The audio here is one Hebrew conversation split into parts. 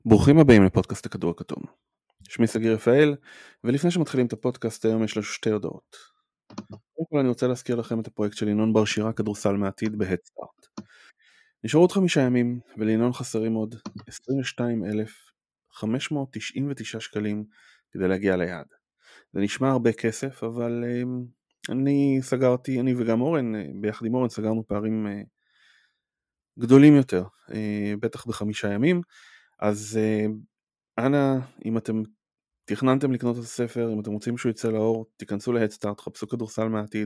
ברוכים הבאים לפודקאסט הכדור הכתום. שמי סגיר רפאל, ולפני שמתחילים את הפודקאסט היום יש לנו שתי הודעות. קודם כל אני רוצה להזכיר לכם את הפרויקט של ינון בר שירה כדורסל מעתיד בהדסטארט. נשארו עוד 5 ימים, ולינון חסרים עוד 22,599 שקלים כדי להגיע ליעד. זה נשמע הרבה כסף, אבל אני וגם אורן, ביחד עם אורן סגרנו פערים גדולים יותר, בטח ב5 ימים, אז אנא, אם אתם תכננתם לקנות את הספר, אם אתם רוצים שהוא יצא לאור, תיכנסו להדסטארט, חפשו כדורסל מעתיד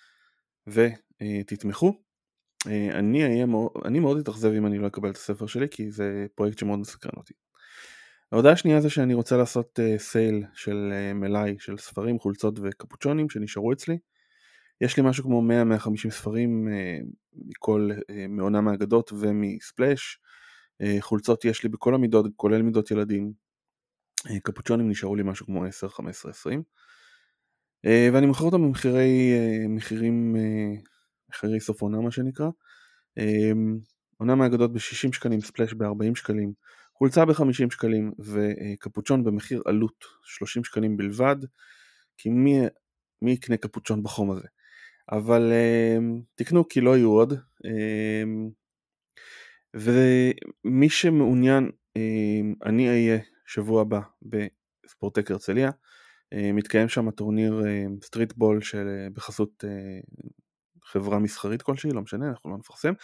ותתמכו. אני מאוד אתאכזב אם אני לא אקבל את הספר שלי, כי זה פרויקט שמאוד מסקרן אותי. ההודעה השנייה זה שאני רוצה לעשות סייל של מלאי של ספרים, חולצות וקפוצ'ונים שנשארו אצלי. יש לי משהו כמו 100-150 ספרים מעונה מהאגדות ומספלש. חולצות יש לי בכל המידות, כולל מידות ילדים. קפוצ'ונים נשארו לי משהו כמו 10, 15, 20. ואני מוכר אותם במחירי סוף עונה, מה שנקרא. עונה מהאגדות ב-60 שקלים, ספלש ב-40 שקלים, חולצה ב-50 שקלים, וקפוצ'ון במחיר עלות 30 שקלים בלבד, כי מי יקנה קפוצ'ון בחום הזה? אבל תקנו כי לא יהיו עוד. ומי שמעוניין, אני אהיה שבוע הבא בספורטק הרצליה, מתקיים שם טורניר סטריטבול בחסות חברה מסחרית כלשהי, לא משנה, אנחנו לא נפרסם.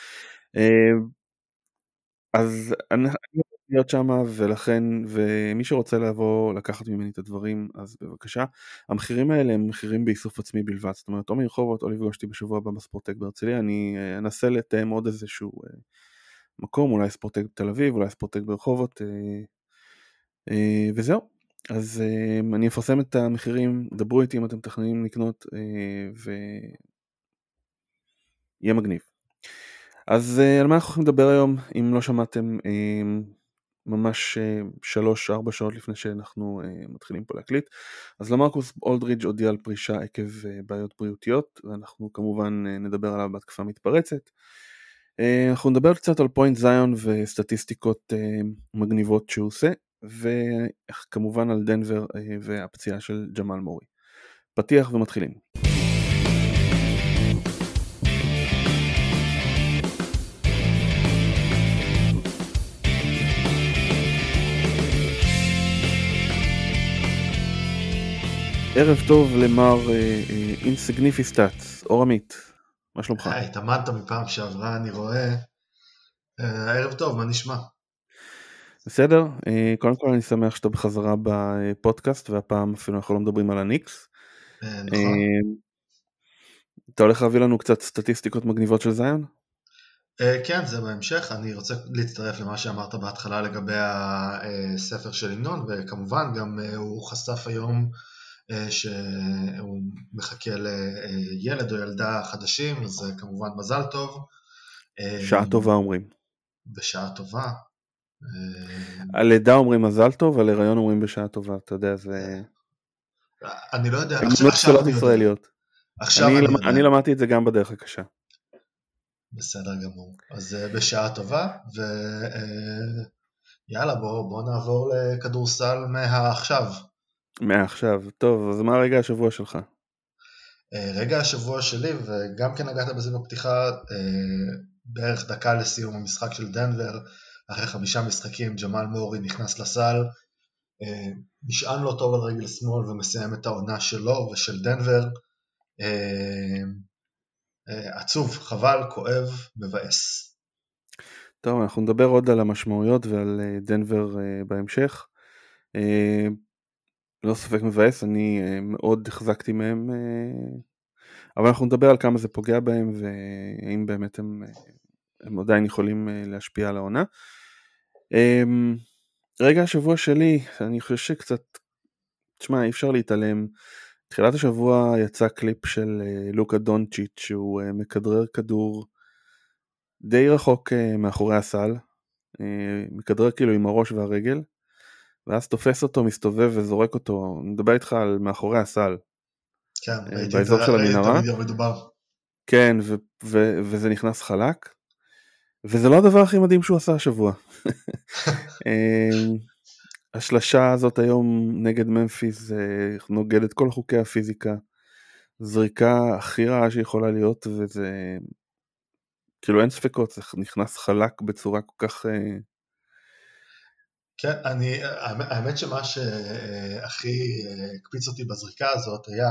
אז אני רוצה להיות שם, ומי שרוצה לבוא לקחת ממני את הדברים, אז בבקשה. המחירים האלה הם מחירים באיסוף עצמי בלבד, זאת אומרת, או מרחובות או לפגוש אותי בשבוע הבא בספורטק בהרצליה. אני אנסה לתאם עוד איזשהו מקום, אולי ספורטק בתל אביב, אולי ספורטק ברחובות, וזהו. אז אני אפרסם את המחירים, דברו איתי אם אתם מתכננים לקנות, ויהיה מגניב. אז על מה אנחנו הולכים לדבר היום? אם לא שמעתם, ממש 3-4 שעות לפני שאנחנו מתחילים פה להקליט, אז למרקוס אולדרידג' הודיע על פרישה עקב בעיות בריאותיות, ואנחנו כמובן נדבר עליו בהתקפה מתפרצת. אנחנו נדבר קצת על פוינט זיון וסטטיסטיקות מגניבות שהוא עושה, וכמובן על דנבר והפציעה של ג'מאל מורי. פתיח ומתחילים. ערב טוב למר אינסגניפיסטאץ, אור עמית, מה שלומך? התאמנת מפעם שעברה, אני רואה. ערב טוב, מה נשמע? בסדר, קודם כל אני שמח שאתה בחזרה בפודקאסט, והפעם אפילו אנחנו לא מדברים על הניקס. נכון. אתה הולך להביא לנו קצת סטטיסטיקות מגניבות של זיון? כן, זה בהמשך. אני רוצה להצטרף למה שאמרת בהתחלה לגבי הספר של ינון, וכמובן גם הוא חשף היום שהוא מחכה לילד או ילדה חדשים, אז כמובן מזל טוב. שעה טובה אומרים. בשעה טובה. על לידה אומרים מזל טוב, על הריון אומרים בשעה טובה, אתה יודע, זה... אני לא יודע, עכשיו אני יודע. ישראליות. אני למדתי את זה גם בדרך הקשה. בסדר גמור. אז בשעה טובה, ויאללה, בוא נעבור לכדורסל מהעכשיו. מהעכשיו, טוב, אז מה רגע השבוע שלך? רגע השבוע שלי, וגם כן נגעת בזה בפתיחה, בערך דקה לסיום המשחק של דנבר, אחרי 5 משחקים, ג'מאל מורי נכנס לסל, נשען לו טוב על רגל שמאל ומסיים את העונה שלו ושל דנבר. עצוב, חבל, כואב, מבאס. טוב, אנחנו נדבר עוד על המשמעויות ועל דנבר בהמשך. לא ספק מבאס, אני מאוד החזקתי מהם, אבל אנחנו נדבר על כמה זה פוגע בהם, והאם באמת הם עדיין יכולים להשפיע על העונה. רגע השבוע שלי, אני חושב שקצת, תשמע, אי אפשר להתעלם. תחילת השבוע יצא קליפ של לוקה דונצ'יץ' שהוא מכדרר כדור די רחוק מאחורי הסל, מכדרר כאילו עם הראש והרגל, ואז תופס אותו, מסתובב וזורק אותו. נדבר איתך על מאחורי הסל, כן, באזור של המנהרה. מדובר. כן, וזה נכנס חלק. וזה לא הדבר הכי מדהים שהוא עשה השבוע. השלשה הזאת היום נגד ממפיס זה נוגד את כל חוקי הפיזיקה, זריקה הכי רעה שיכולה להיות, וזה כאילו אין ספקות, זה נכנס חלק בצורה כל כך... כן, האמת שמה שהכי הקפיץ אותי בזריקה הזאת היה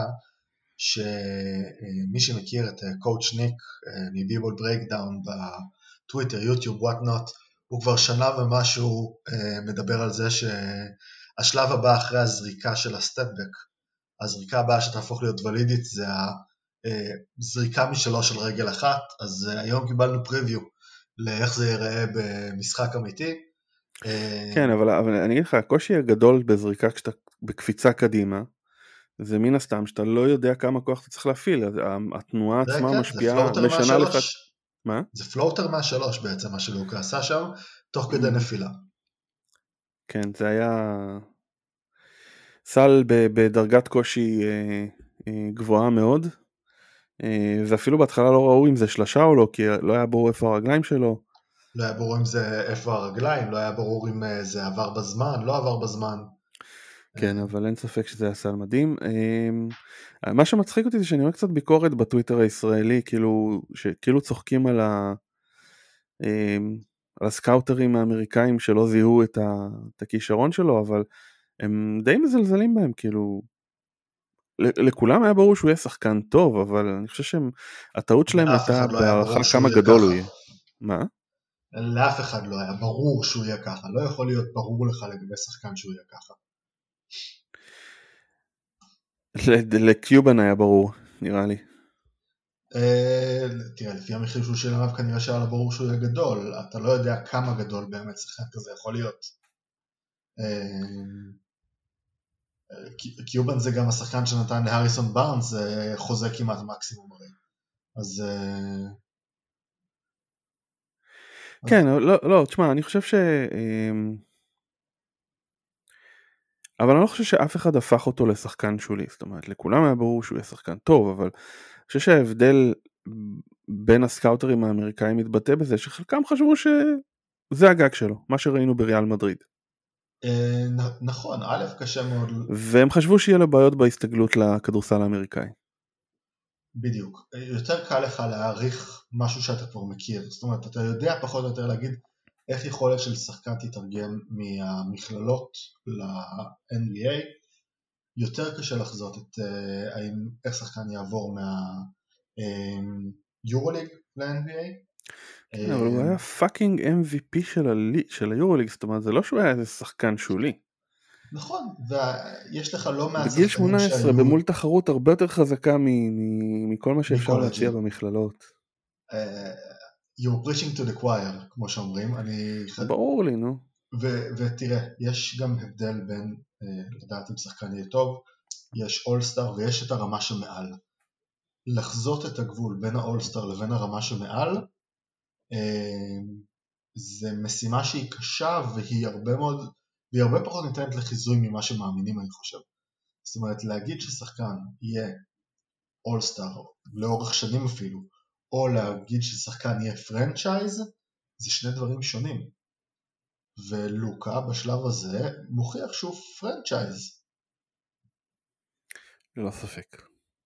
שמי שמכיר את קואוצ' ניק מביבול ברייקדאון בטוויטר, יוטיוב, וואט נוט, הוא כבר שנה ומשהו מדבר על זה שהשלב הבא אחרי הזריקה של הסטפבק, הזריקה הבאה שתהפוך להיות ולידית זה הזריקה משלוש של רגל אחת, אז היום קיבלנו פריוויו לאיך זה ייראה במשחק אמיתי. כן, אבל אני אגיד לך, הקושי הגדול בזריקה כשאתה בקפיצה קדימה, זה מן הסתם שאתה לא יודע כמה כוח אתה צריך להפעיל, התנועה עצמה משפיעה, משנה לך... מה? זה פלוטר מהשלוש בעצם, מה שלוקה עשה שם, תוך כדי נפילה. כן, זה היה סל בדרגת קושי גבוהה מאוד, ואפילו בהתחלה לא ראו אם זה שלשה או לא, כי לא היה ברור איפה הרגליים שלו. לא היה ברור אם זה איפה הרגליים, לא היה ברור אם זה עבר בזמן, לא עבר בזמן. כן, אבל אין ספק שזה היה סל מדהים. מה שמצחיק אותי זה שאני רואה קצת ביקורת בטוויטר הישראלי, כאילו צוחקים על הסקאוטרים האמריקאים שלא זיהו את הכישרון שלו, אבל הם די מזלזלים בהם, כאילו, לכולם היה ברור שהוא יהיה שחקן טוב, אבל אני חושב שהטעות שלהם הייתה בהערכה כמה גדול הוא יהיה. מה? לאף אחד לא היה ברור שהוא יהיה ככה, לא יכול להיות ברור לך לגבי שחקן שהוא יהיה ככה. לקיובן היה ברור, נראה לי. תראה, לפי המחיר שהוא של עליו כנראה שהיה לו ברור שהוא יהיה גדול, אתה לא יודע כמה גדול באמת שחקן כזה יכול להיות. קיובן זה גם השחקן שנתן להריסון בארנס חוזה כמעט מקסימום הרי. אז... כן, לא, תשמע, אני חושב אבל אני לא חושב שאף אחד הפך אותו לשחקן שולי, זאת אומרת, לכולם היה ברור שהוא יהיה שחקן טוב, אבל אני חושב שההבדל בין הסקאוטרים האמריקאים מתבטא בזה, שחלקם חשבו שזה הגג שלו, מה שראינו בריאל מדריד. נכון, א', קשה מאוד. והם חשבו שיהיה לו בעיות בהסתגלות לכדורסל האמריקאי. בדיוק. יותר קל לך להעריך משהו שאתה כבר מכיר, זאת אומרת, אתה יודע פחות או יותר להגיד איך יכולת של שחקן תתרגם מהמכללות ל-NBA, יותר קשה לחזות את איך שחקן יעבור מהיורוליג ל-NBA. כן, אבל הוא היה פאקינג MVP של היורוליג, זאת אומרת, זה לא שהוא היה איזה שחקן שולי. נכון, ויש לך לא מעט בגיל 18 במול תחרות הרבה יותר חזקה מכל מה שאפשר להציע במכללות. You're preaching to the choir, כמו שאומרים. ברור לי, נו. ותראה, יש גם הבדל בין לדעת אם שחקן יהיה טוב, יש אולסטאר ויש את הרמה שמעל. לחזות את הגבול בין האולסטאר לבין הרמה שמעל, זה משימה שהיא קשה והיא הרבה פחות ניתנת לחיזוי ממה שמאמינים, אני חושב. זאת אומרת, להגיד ששחקן יהיה אולסטאר לאורך שנים אפילו, או להגיד ששחקן יהיה פרנצ'ייז, זה שני דברים שונים. ולוקה בשלב הזה מוכיח שהוא פרנצ'ייז. לא ספק.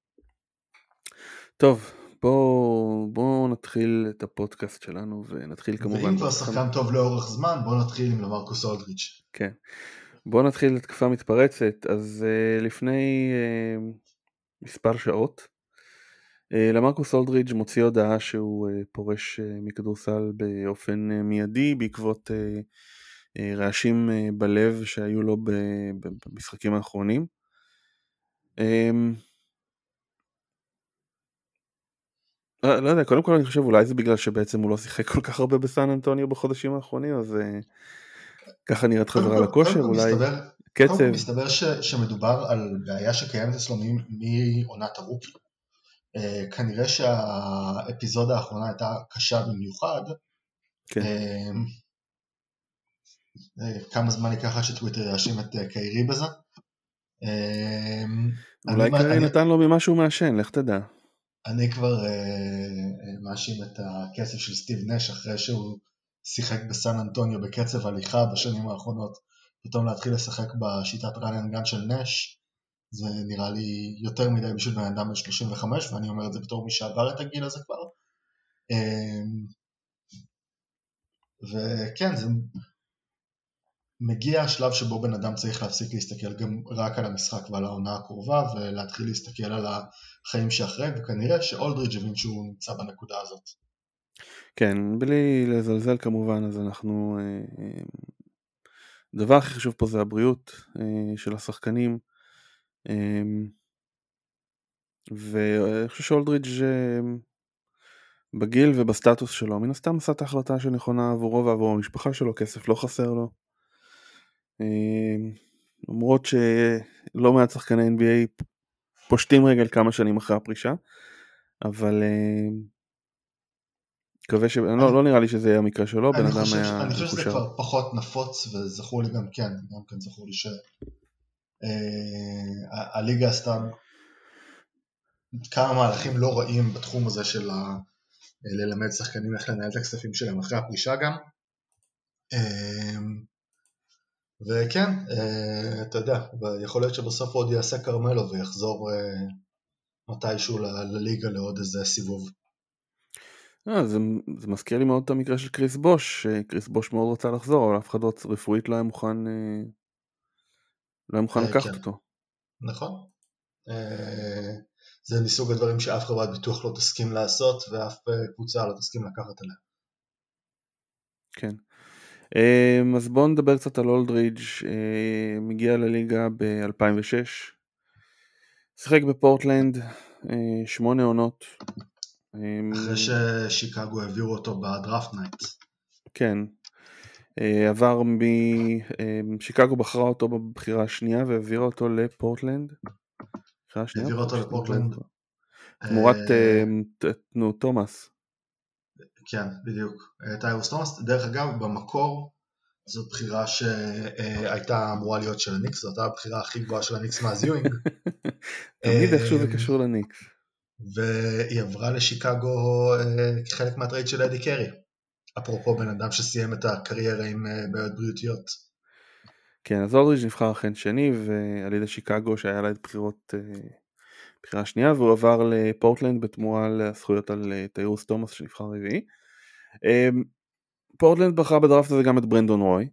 טוב, בואו נתחיל את הפודקאסט שלנו, ונתחיל כמובן... ואם כבר שחקן טוב לאורך זמן, בואו נתחיל עם למרקוס אולדריץ'. כן. בואו נתחיל לתקפה מתפרצת. אז לפני מספר שעות, למרקוס אולדריץ' מוציא הודעה שהוא פורש מכדורסל באופן מיידי, בעקבות רעשים בלב שהיו לו במשחקים האחרונים. לא יודע, קודם כל אני חושב אולי זה בגלל שבעצם הוא לא שיחק כל כך הרבה בסן אנטוניו בחודשים האחרונים, אז ככה נראית חזרה לכושר, אולי קצב. קודם כל מסתבר שמדובר על בעיה שקיימת אצלו מעונת הרוקי. כנראה שהאפיזודה האחרונה הייתה קשה במיוחד. כמה זמן ייקח עד שטוויטר יאשים את קיירי בזה? אולי קיירי נתן לו ממה שהוא מעשן, לך תדע. אני כבר מאשים את הכסף של סטיב נש אחרי שהוא שיחק בסן אנטוניו בקצב הליכה בשנים האחרונות, פתאום להתחיל לשחק בשיטת run and gun של נש, זה נראה לי יותר מדי בשביל בן אדם בן 35, ואני אומר את זה בתור מי שעבר את הגיל הזה כבר. וכן, זה מגיע השלב שבו בן אדם צריך להפסיק להסתכל גם רק על המשחק ועל העונה הקרובה, ולהתחיל להסתכל על החיים שאחרי, וכנראה שאולדרידג' הבין שהוא נמצא בנקודה הזאת. כן, בלי לזלזל כמובן, אז אנחנו... הדבר הכי חשוב פה זה הבריאות של השחקנים, ואני חושב שאולדרידג' בגיל ובסטטוס שלו, מן הסתם עשה את ההחלטה שנכונה עבורו ועבור המשפחה שלו, כסף לא חסר לו. למרות שלא מעט שחקני NBA פושטים רגל כמה שנים אחרי הפרישה, אבל מקווה לא נראה לי שזה יהיה המקרה שלו, בן אדם היה אני חושב שזה מחושר. כבר פחות נפוץ, וזכור לי גם כן זכור לי שהליגה עשתה כמה מהלכים לא רעים בתחום הזה של ללמד שחקנים איך לנהל את הכספים שלהם אחרי הפרישה גם. וכן, אתה יודע, יכול להיות שבסוף עוד יעשה קרמלו ויחזור מתישהו לליגה לעוד איזה סיבוב. זה מזכיר לי מאוד את המקרה של קריס בוש, קריס בוש מאוד רצה לחזור, אבל אף אחד רפואית לא היה מוכן לקחת אותו. נכון. זה מסוג הדברים שאף חברת ביטוח לא תסכים לעשות, ואף קבוצה לא תסכים לקחת עליה. כן. אז בואו נדבר קצת על אולדרידג'. מגיע לליגה ב-2006, שיחק בפורטלנד 8 עונות. אחרי ששיקגו העבירו אותו בדראפט נייט. כן. עבר שיקגו בחרה אותו בבחירה השנייה והעבירה אותו לפורטלנד. העבירה אותו לפורטלנד. תמורת תומאס. כן, בדיוק. טיירוס תומאס, דרך אגב, במקור זאת בחירה שהייתה אמורה להיות של הניקס, זאת הבחירה הכי גבוהה של הניקס מאז יואינג. תמיד איכשהו זה קשור לניקס. והיא עברה לשיקגו כחלק מהטרייד של אדי קרי. אפרופו בן אדם שסיים את הקריירה עם בעיות בריאותיות. כן, אז אולדרידג' נבחר אכן שני, ועל ידי שיקגו שהיה לה את בחירה שנייה, והוא עבר לפורטלנד בתמורה לזכויות על טיירוס תומאס שנבחר רביעי. פורטלנד בחרה בדראפט הזה גם את ברנדון רוי,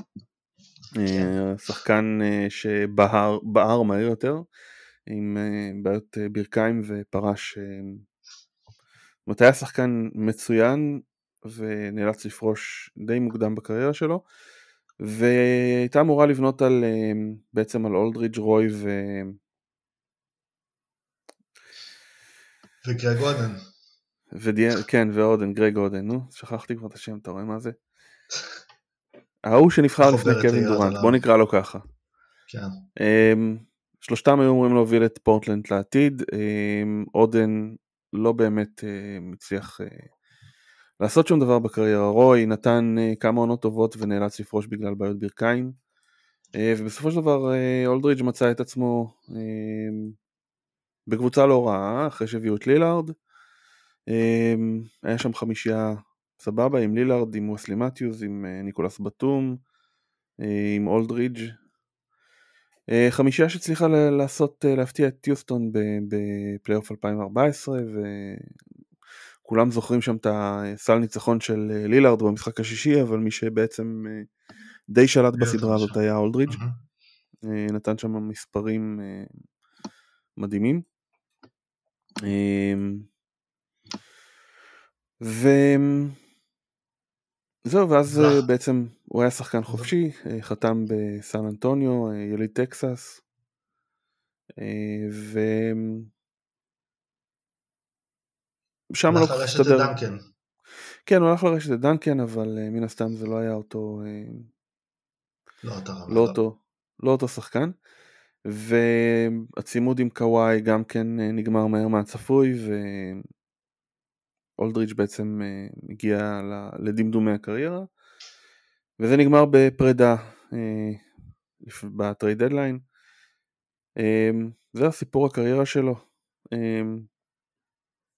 שחקן שבער מהר יותר, עם בעיות ברכיים ופרש. היה שחקן מצוין, ונאלץ לפרוש די מוקדם בקריירה שלו, והייתה אמורה לבנות בעצם על אולדרידג' רוי וגרג אודן. כן, ואודן, גרג אודן, נו, שכחתי כבר את השם, אתה רואה מה זה? ההוא שנבחר לפני קווין דורנט, בוא נקרא לו ככה. כן. שלושתם היו אמורים להוביל את פורטלנד לעתיד. אודן לא באמת מצליח לעשות שום דבר בקריירה. רוי נתן כמה עונות טובות ונאלץ לפרוש בגלל בעיות ברכיים, ובסופו של דבר אולדרידג' מצא את עצמו בקבוצה לא רעה אחרי שהביאו את לילארד. היה שם חמישייה סבבה, עם לילארד, עם וסלי מתיוז, עם ניקולס בטום, עם אולדרידג', חמישייה שצליחה להפתיע את יוסטון בפלייאוף 2014, וכולם זוכרים שם את הסל ניצחון של לילארד במשחק השישי, אבל מי שבעצם די שלט בסדרה הזאת היה אולדרידג'. נתן שם מספרים מדהימים. וזהו, ואז בעצם הוא היה שחקן חופשי, חתם בסן אנטוניו, יליד טקסס, ושם הלך לרשת את דנקן. כן, הוא הלך לרשת את דנקן, אבל מן הסתם זה לא היה אותו, לא אותו שחקן, והצימוד עם קוואי גם כן נגמר מהר מהצפוי, ואולדרידג' בעצם הגיע לדמדומי הקריירה, וזה נגמר בפרידה בטרייד דדליין. זה הסיפור הקריירה שלו.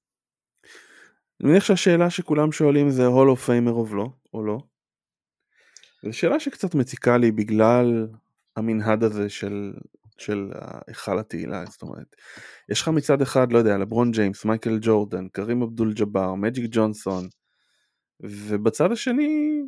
אני מניח שהשאלה שכולם שואלים זה Hall of Famer או לא. זו שאלה שקצת מציקה לי בגלל המנהד הזה של היכל התהילה. זאת אומרת, יש לך מצד אחד, לא יודע, לברון ג'יימס, מייקל ג'ורדן, קרים אבדול ג'אבר, מג'יק ג'ונסון, ובצד השני,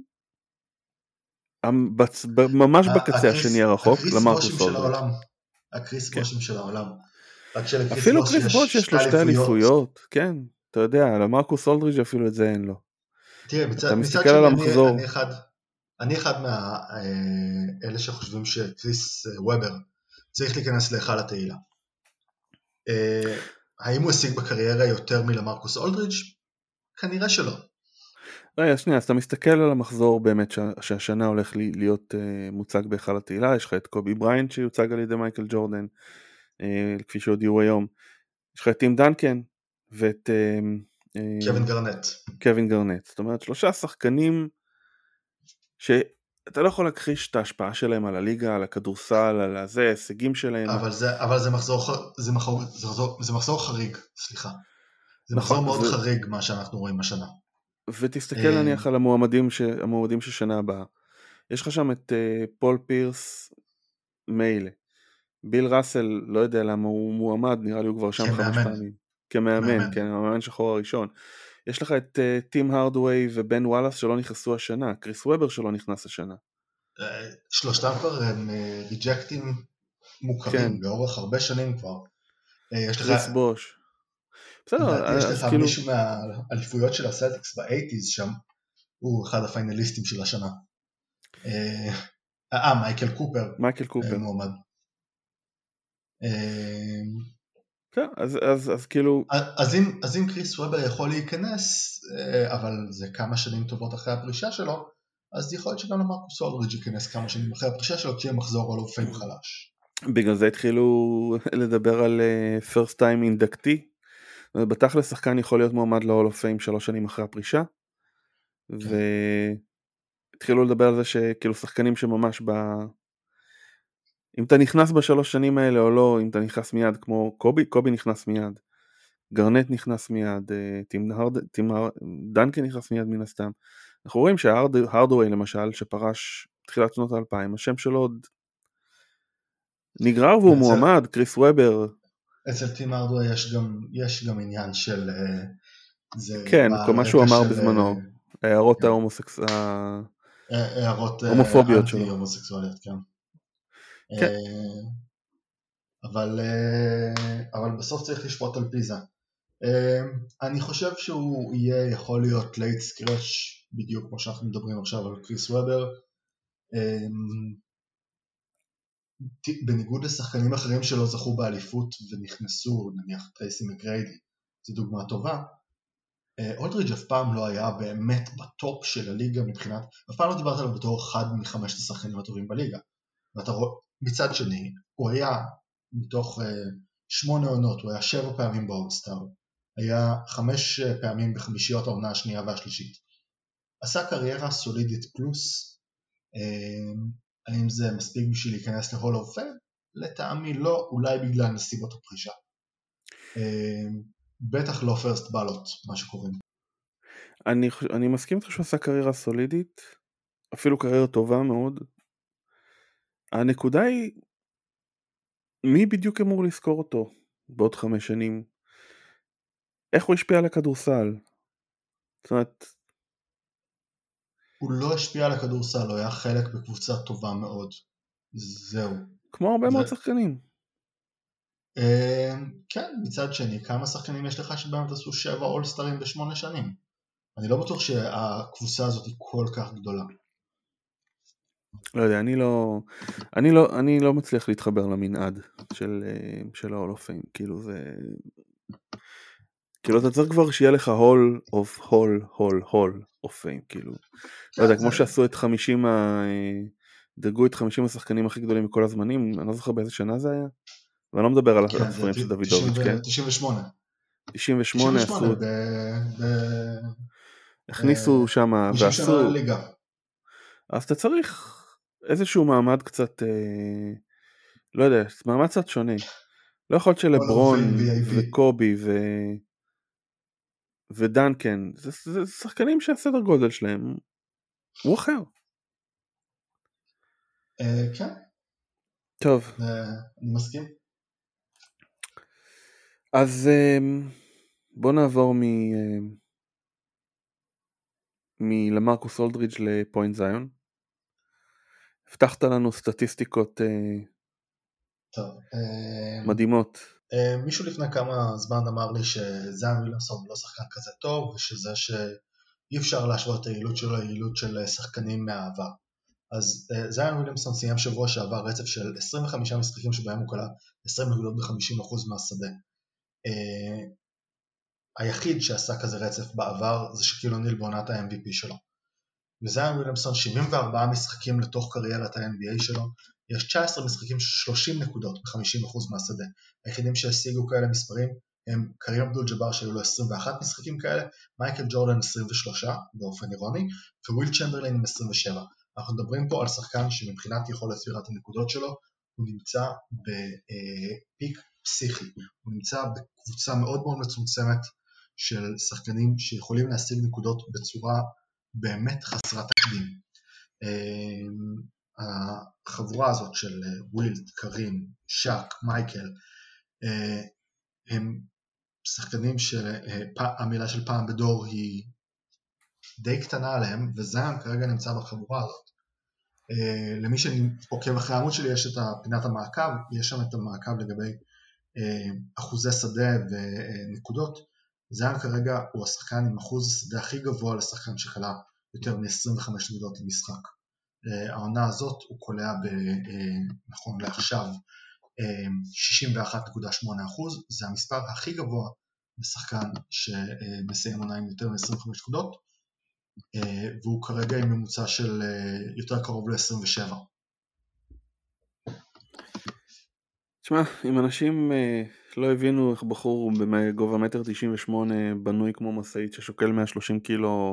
ממש בקצה השני הרחוק, הקריס בושים למרקוס של אולדריץ'. העולם. הקריס כן. בושים של העולם. רק שלקריס אפילו בוש קריס בוש יש יש שתי לו 2 אליפויות. אליפויות, כן, אתה יודע, למרקוס אולדריץ' אפילו את זה אין לו. תראה, אתה מצד מסתכל על שני, המחזור. אני אחד מאלה שחושבים שקריס וובר צריך להיכנס להיכל התהילה. האם הוא השיג בקריירה יותר מלמרקוס אולדריץ'? כנראה שלא. רגע, שנייה, אז אתה מסתכל על המחזור באמת שהשנה הולך להיות מוצג בהיכל התהילה, יש לך את קובי בריינט שיוצג על ידי מייקל ג'ורדן, כפי שהודיעו היום, יש לך את טים דנקן ואת קווין גרנט, זאת אומרת 3 שחקנים שאתה לא יכול להכחיש את ההשפעה שלהם על הליגה, על הכדורסל, על הזה, ההישגים שלהם. אבל זה מחזור חריג, סליחה. זה נכון, מחזור מאוד חריג מה שאנחנו רואים השנה. ותסתכל נניח על המועמדים של שנה הבאה. יש לך שם את פול פירס מיילה. ביל ראסל, לא יודע למה הוא מועמד, נראה לי הוא כבר שם 5 פעמים. כמאמן, כן, המאמן שחור הראשון. יש לך את טים הרדווי ובן וואלאס שלא נכנסו השנה, קריס וובר שלא נכנס השנה. שלושתם כבר הם ריג'קטים מוכרים, כן. לאורך הרבה שנים כבר. קריס בוש. בסדר, יש אז לך כאילו... מישהו מהאליפויות של הסלטיקס ב-80s שם, הוא אחד הפיינליסטים של השנה. מייקל קופר. מועמד. כן, אז כאילו... אז אם קריס וובר יכול להיכנס, אבל זה כמה שנים טובות אחרי הפרישה שלו, אז יכול להיות שגם למרקוס אולדריץ' ייכנס כמה שנים אחרי הפרישה שלו, כי הם מחזור על אופן חלש. בגלל זה התחילו לדבר על first time inductee, בתכל'ס שחקן יכול להיות מועמד ל-Hall of Fame 3 שנים אחרי הפרישה, והתחילו לדבר על זה שכאילו שחקנים שממש אם אתה נכנס ב3 שנים האלה או לא, אם אתה נכנס מיד כמו קובי נכנס מיד, גרנט נכנס מיד, דנקן נכנס מיד מן הסתם. אנחנו רואים שההרדווי למשל, שפרש תחילת שנות ה-2000, השם שלו עוד נגרר והוא מועמד, קריס וובר. אצל טים הרדווי יש גם עניין של... כן, מה שהוא אמר בזמנו, הערות ההומופוביות שלו. אנטי-הומוסקסואליות, כן. אבל בסוף צריך לשפוט על פי זה. אני חושב שהוא יכול להיות לייט סקרץ' בדיוק כמו שאנחנו מדברים עכשיו על קריס וובר. בניגוד לשחקנים אחרים שלא זכו באליפות ונכנסו, נניח טרייסי מקגריידי, זו דוגמה טובה. אולדריץ' אף פעם לא היה באמת בטופ של הליגה מבחינת, אף פעם לא דיברת עליו בתור אחד מ5 השחקנים הטובים בליגה. ואתה רואה, מצד שני, הוא היה מתוך 8 עונות, הוא היה 7 פעמים באולסטאר, היה 5 פעמים בחמישיות העונה השנייה והשלישית. עשה קריירה סולידית פלוס, האם זה מספיק בשביל להיכנס להול אוף פיים? לטעמי לא, אולי בגלל נסיבות הפרישה. בטח לא פרסט בלוט, מה שקוראים. אני מסכים איתך שהוא עשה קריירה סולידית, אפילו קריירה טובה מאוד. הנקודה היא, מי בדיוק אמור לזכור אותו בעוד 5 שנים? איך הוא השפיע על הכדורסל? זאת אומרת... הוא לא השפיע על הכדורסל, הוא היה חלק בקבוצה טובה מאוד. זהו. כמו הרבה מאוד שחקנים. כן, מצד שני, כמה שחקנים יש לך שבאמת עשו 7 אולסטרים ב8 שנים? אני לא בטוח שהקבוצה הזאת היא כל כך גדולה. לא יודע, אני לא מצליח להתחבר למנעד של ה-Hall of Fame, כאילו זה... כאילו אתה צריך כבר שיהיה לך Hall of Fame, כאילו. לא יודע, כמו שעשו את 50 דרגו את 50 השחקנים הכי גדולים מכל הזמנים, אני לא זוכר באיזה שנה זה היה, ואני לא מדבר על הספרים של דוידוביץ', כן? 98. 98 עשו... הכניסו שם ועשו... אז אתה צריך איזשהו מעמד קצת, לא יודע, מעמד קצת שונה. לא יכול להיות שלברון וקובי ודנקן, זה שחקנים שהסדר גודל שלהם הוא אחר. כן. טוב. אני מסכים. אז בוא נעבור מלמרקוס אולדריץ' לפוינט זיון. הבטחת לנו סטטיסטיקות טוב. מדהימות. מישהו לפני כמה זמן אמר לי שזיון וויליאמסון לא שחקן כזה טוב, ושזה שאי אפשר להשוות את היעילות שלו ליעילות של שחקנים מהעבר. אז זיון וויליאמסון סיים שבוע שעבר רצף של 25 משחקים שבהם הוא כלה 20 נקודות ב-50% מהשדה. היחיד שעשה כזה רצף בעבר זה שקיל אוניל בעונת ה-MVP שלו. לזיון וויליאמסון 74 משחקים לתוך קריירת ה-NBA שלו, יש 19 משחקים של 30 נקודות ב-50% מהשדה. היחידים שהשיגו כאלה מספרים הם קרים אבדול ג'אבר שהיו לו 21 משחקים כאלה, מייקל ג'ורדן 23 באופן אירוני, וויל צ'מברלין עם 27. אנחנו מדברים פה על שחקן שמבחינת יכולת ספירת הנקודות שלו, הוא נמצא בפיק פסיכי, הוא נמצא בקבוצה מאוד מאוד מצומצמת של שחקנים שיכולים להשיג נקודות בצורה באמת חסרת תקדים. החבורה הזאת של ווילד, קרים, שק, מייקל, הם שחקנים שהמילה של פעם בדור היא די קטנה עליהם, וזיון כרגע נמצא בחבורה הזאת. למי שעוקב אחרי העמוד שלי יש את פינת המעקב, יש שם את המעקב לגבי אחוזי שדה ונקודות. זיון כרגע הוא השחקן עם אחוז השדה הכי גבוה לשחקן שחלה יותר מ-25 נקודות למשחק. העונה הזאת הוא קולע נכון לעכשיו 61.8%, זה המספר הכי גבוה לשחקן שמסיים עונה עם יותר מ-25 נקודות, והוא כרגע עם ממוצע של יותר קרוב ל-27. תשמע, אם אנשים לא הבינו איך בחור בגובה 1.98 בנוי כמו מסעית ששוקל 130 קילו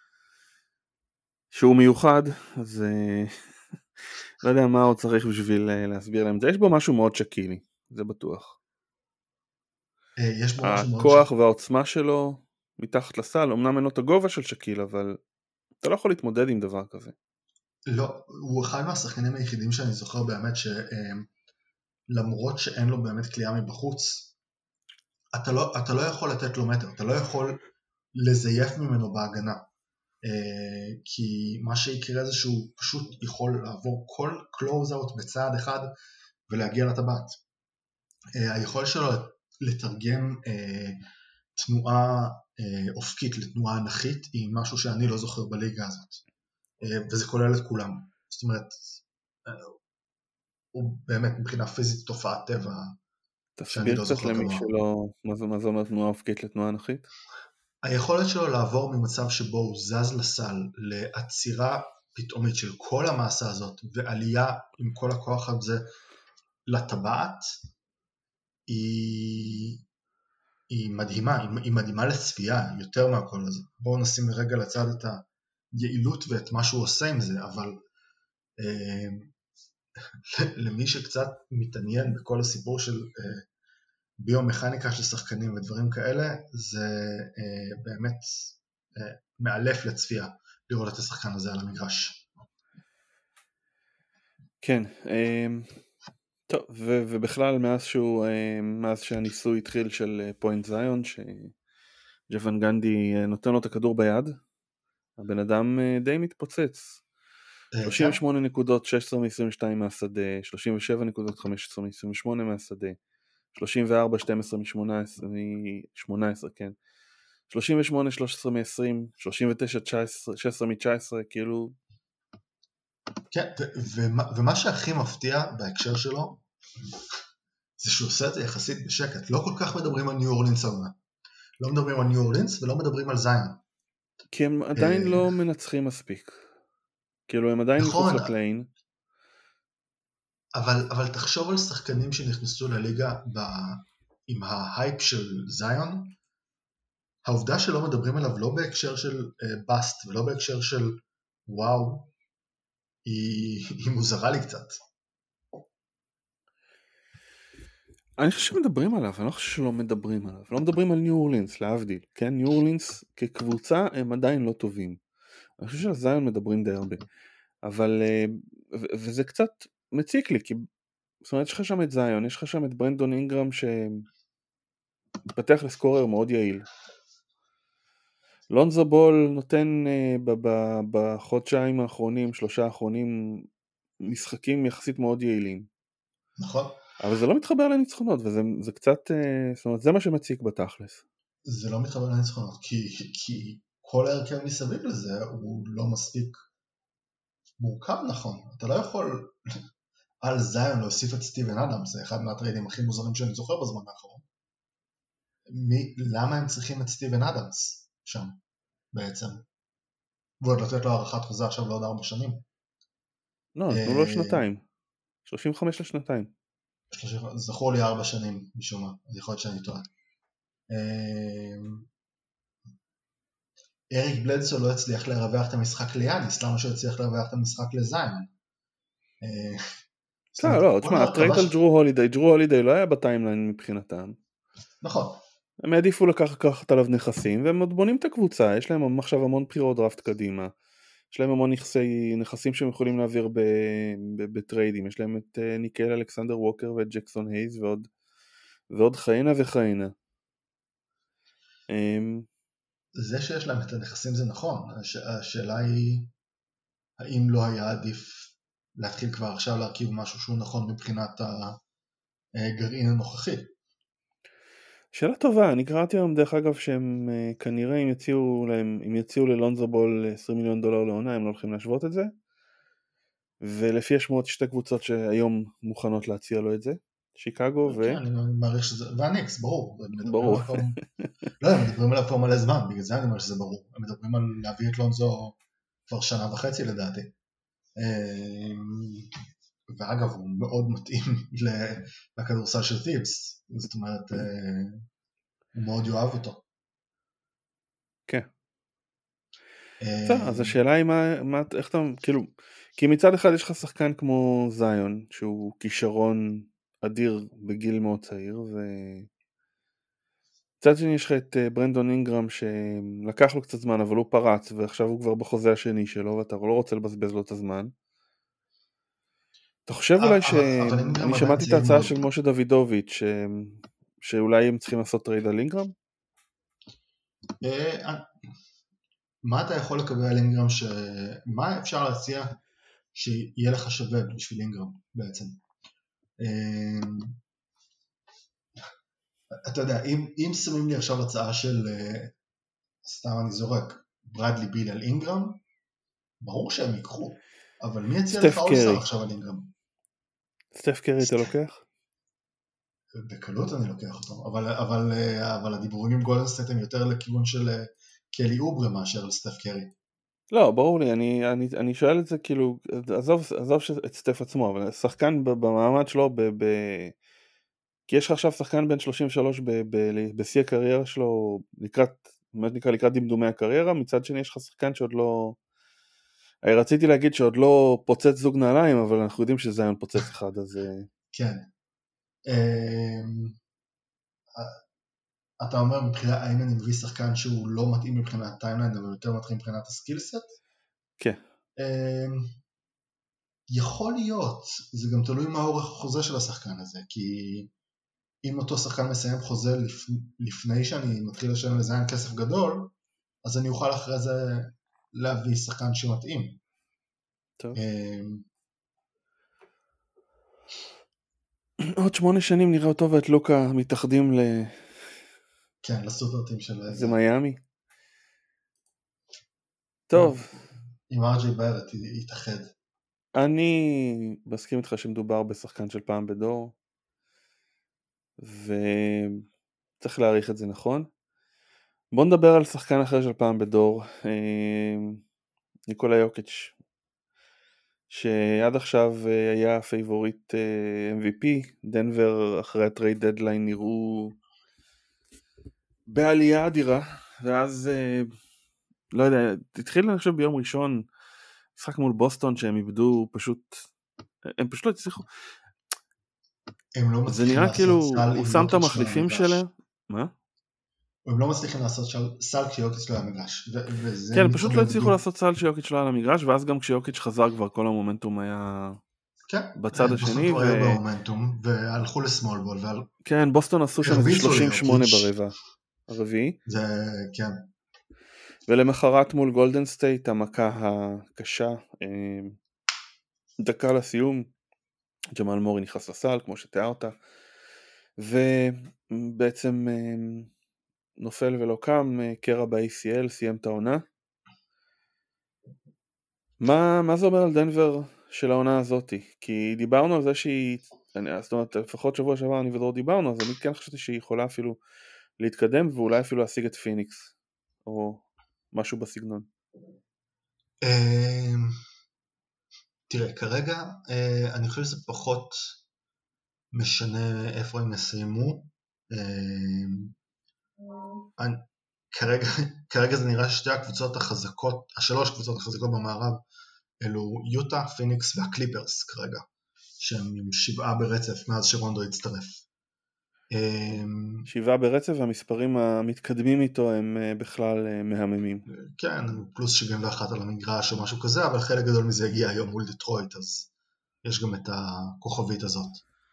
שהוא מיוחד, אז לא יודע מה עוד צריך בשביל להסביר להם. יש בו משהו מאוד שקילי, זה בטוח. יש בו משהו מאוד הכוח והעוצמה שלו מתחת לסל, אמנם אין לו את הגובה של שקיל, אבל אתה לא יכול להתמודד עם דבר כזה. לא, הוא אחד מהשחקנים היחידים שאני זוכר באמת שלמרות שאין לו באמת קליעה מבחוץ, אתה לא יכול לתת לו מטר, אתה לא יכול לזייף ממנו בהגנה, כי מה שיקרה זה שהוא פשוט יכול לעבור כל קלוז-אוט בצעד אחד ולהגיע לטבעת. היכולת שלו לתרגם תנועה אופקית לתנועה אנכית היא משהו שאני לא זוכר בליגה הזאת, וזה כולל את כולם. זאת אומרת, הוא באמת מבחינה פיזית תופעת טבע. תסביר קצת למי שלא, מה זה אומר תנועה אופקית לתנועה אנכית? היכולת שלו לעבור ממצב שבו הוא זז לסל לעצירה פתאומית של כל המסה הזאת ועלייה עם כל הכוח הזה לטבעת היא מדהימה, היא מדהימה לצפייה יותר מהכל הזה. בואו נשים רגע לצד את היעילות ואת מה שהוא עושה עם זה, אבל למי שקצת מתעניין בכל הסיפור של ביומכניקה של שחקנים ודברים כאלה, זה באמת מאלף לצפייה לראות את השחקן הזה על המגרש. כן, טוב, ובכלל מאז שהניסוי התחיל של פוינט זיון, שג'וון גנדי נותן לו את הכדור ביד, הבן אדם די מתפוצץ. 38 נקודות, 16 מ-22 מהשדה, 37 נקודות, 15 מ-28 מהשדה, 34, 12 מ-18, כן. 38, 13 מ-20, 39, 16 מ-19, כאילו... כן, ומה שהכי מפתיע בהקשר שלו, זה שהוא עושה את זה יחסית בשקט. לא כל כך מדברים על ניו אורלינס העונה. לא מדברים על ניו אורלינס ולא מדברים על זיון. כי הם עדיין לא מנצחים מספיק. כאילו הם עדיין מחוץ לפליין. אבל תחשוב על שחקנים שנכנסו לליגה עם ההייפ של זיון, העובדה שלא מדברים עליו לא בהקשר של בסט ולא בהקשר של וואו, היא מוזרה לי קצת. אני חושב שמדברים עליו, אני לא חושב שלא מדברים עליו. לא מדברים על ניו אורלינס, להבדיל. כן, ניו אורלינס כקבוצה הם עדיין לא טובים. אני חושב שעל זיון מדברים די הרבה. אבל, וזה קצת מציק לי, כי זאת אומרת, יש לך שם את זיון, יש לך שם את ברנדון אינגרם שמתפתח לסקורר מאוד יעיל. לונזו בול נותן בחודשיים האחרונים, 3 האחרונים, משחקים יחסית מאוד יעילים. נכון? אבל זה לא מתחבר לניצחונות, וזה קצת, זאת אומרת, זה מה שמציק בתכלס. זה לא מתחבר לניצחונות, כי כל ההרכב מסביב לזה הוא לא מספיק מורכב נכון. אתה לא יכול על זיון להוסיף את סטיבן אדמס, זה אחד מהטריידים הכי מוזרים שאני זוכר בזמן האחרון. למה הם צריכים את סטיבן אדמס שם בעצם? ועוד לתת לו הערכת חוזה עכשיו לעוד 4 שנים. לא, נתנו לו שנתיים. 35 לשנתיים. זכור לי 4 שנים משום מה, אז יכול להיות שאני טועה. אריק בלדסו לא הצליח לרווח את המשחק ליאניס, למה שהוא הצליח לרווח את המשחק לזיון? לא, תשמע, הטרייד על ג'רו הולידיי לא היה בטיימליין מבחינתם. נכון. הם העדיפו לקחת עליו נכסים, והם עוד בונים את הקבוצה, יש להם עכשיו המון בחירות דראפט קדימה, יש להם המון נכסים שהם יכולים להעביר בטריידים, יש להם את ניקל אלכסנדר ווקר ואת ג'קסון הייז ועוד חיינה וחיינה. זה שיש להם את הנכסים זה נכון, השאלה היא האם לא היה עדיף להתחיל כבר עכשיו להרכיב משהו שהוא נכון מבחינת הגרעין הנוכחי. שאלה טובה, אני קראתי היום דרך אגב שהם כנראה אם יציעו ללונזו בול $20 מיליון לעונה, הם לא הולכים להשוות את זה, ולפי השמועות שתי קבוצות שהיום מוכנות להציע לו את זה, שיקגו כן, אני מעריך שזה, והניקס, ברור. ברור. לא, הם מדברים עליו פה מלא זמן, בגלל זה אני אומר שזה ברור. הם מדברים על להביא את לונזו כבר 1.5 שנה לדעתי. ואגב, הוא מאוד מתאים לכדורסל של טיבס, זאת אומרת, הוא מאוד יאהב אותו. כן. אז השאלה היא איך אתה, כאילו, כי מצד אחד יש לך שחקן כמו זיון, שהוא כישרון אדיר בגיל מאוד צעיר, מצד שני יש לך את ברנדון אינגרם שלקח לו קצת זמן, אבל הוא פרץ, ועכשיו הוא כבר בחוזה השני שלו, ואתה לא רוצה לבזבז לו את הזמן. אתה חושב אולי אני שמעתי את ההצעה של משה דוידוביץ' שאולי הם צריכים לעשות טרייד על אינגרם? מה אתה יכול לקבל על אינגרם, מה אפשר להציע שיהיה לך שווה בשביל אינגרם בעצם? אתה יודע, אם שמים לי עכשיו הצעה של, סתם אני זורק, ברדלי ביל על אינגרם, ברור שהם ייקחו, אבל מי יציע לך אולסטאר עכשיו על אינגרם? סטף קרי אתה לוקח? בקלות אני לוקח אותו, אבל הדיבורים עם גולדן סטייט הם יותר לכיוון של קלי אוברה מאשר לסטף קרי. לא, ברור לי, אני שואל את זה כאילו, עזוב את סטף עצמו, אבל שחקן במעמד שלו, כי יש לך עכשיו שחקן בן 33 בשיא הקריירה שלו, לקראת דמדומי הקריירה, מצד שני יש לך שחקן שעוד לא, רציתי להגיד שעוד לא פוצץ זוג נעליים, אבל אנחנו יודעים שזיון פוצץ אחד, אז... כן. אתה אומר מבחינת האם אני מביא שחקן שהוא לא מתאים מבחינת טיימליין, אבל יותר מתאים מבחינת הסקילסט? כן. יכול להיות, זה גם תלוי מה אורך החוזה של השחקן הזה, כי אם אותו שחקן מסיים חוזה לפני שאני מתחיל לשלם לזיין כסף גדול, אז אני אוכל אחרי זה להביא שחקן שמתאים. טוב. עוד 8 שנים נראה אותו ואת לוקה מתאחדים כן, לסופרטים של... זה מיאמי. טוב. עם ארג'י ברט יתאחד. אני מסכים איתך שמדובר בשחקן של פעם בדור, וצריך להעריך את זה נכון. בוא נדבר על שחקן אחר של פעם בדור, ניקולה יוקיץ', שעד עכשיו היה פייבוריט MVP, דנבר אחרי הטרייד דדליין נראו בעלייה אדירה, ואז לא יודע, התחיל אני חושב ביום ראשון, משחק מול בוסטון שהם איבדו הם פשוט לא הצליחו, הם לא זה מצליחים נראה כאילו לעשות סל הוא עם שם את יוקיץ' לא על המחליפים שלה, המגרש. מה? הם לא מצליחים לעשות סל כשיוקיץ' לא על המגרש, וזה כן, פשוט לא מתחבר הצליחו בדיוק. לעשות סל שיוקיץ' לא על המגרש, ואז גם כשיוקיץ' חזר כבר כל המומנטום היה כן, בצד בוסטון השני, כבר היו במומנטום, והלכו לסמול בול, כן, בוסטון עשו שם איזה והרביצו 38 ליוקיץ', ברבע הרביעי, זה, כן. ולמחרת מול גולדן סטייט המכה הקשה, דקה לסיום, ג'מאל מורי נכנס לסל כמו שתיארת, ובעצם נופל ולא קם, קרע ב-ACL, סיים את העונה. מה זה אומר על דנבר של העונה הזאת? כי דיברנו על זה שהיא, זאת אומרת, לפחות שבוע שעבר אני ודרור דיברנו, אז אני כן חשבתי שהיא יכולה אפילו להתקדם, ואולי אפילו להשיג את פיניקס, או משהו בסגנון. תראה, כרגע אני חושב שזה פחות משנה איפה הם יסיימו. כרגע זה נראה ששתי הקבוצות החזקות, השלוש קבוצות החזקות במערב, אלו יוטה, פיניקס והקליפרס כרגע, שהם עם 7 ברצף מאז שרונדו הצטרף. 7 ברצף, והמספרים המתקדמים איתו הם בכלל מהממים. כן, פלוס 71 על המגרש או משהו כזה, אבל חלק גדול מזה הגיע היום מול דטרויט, אז יש גם את הכוכבית הזאת.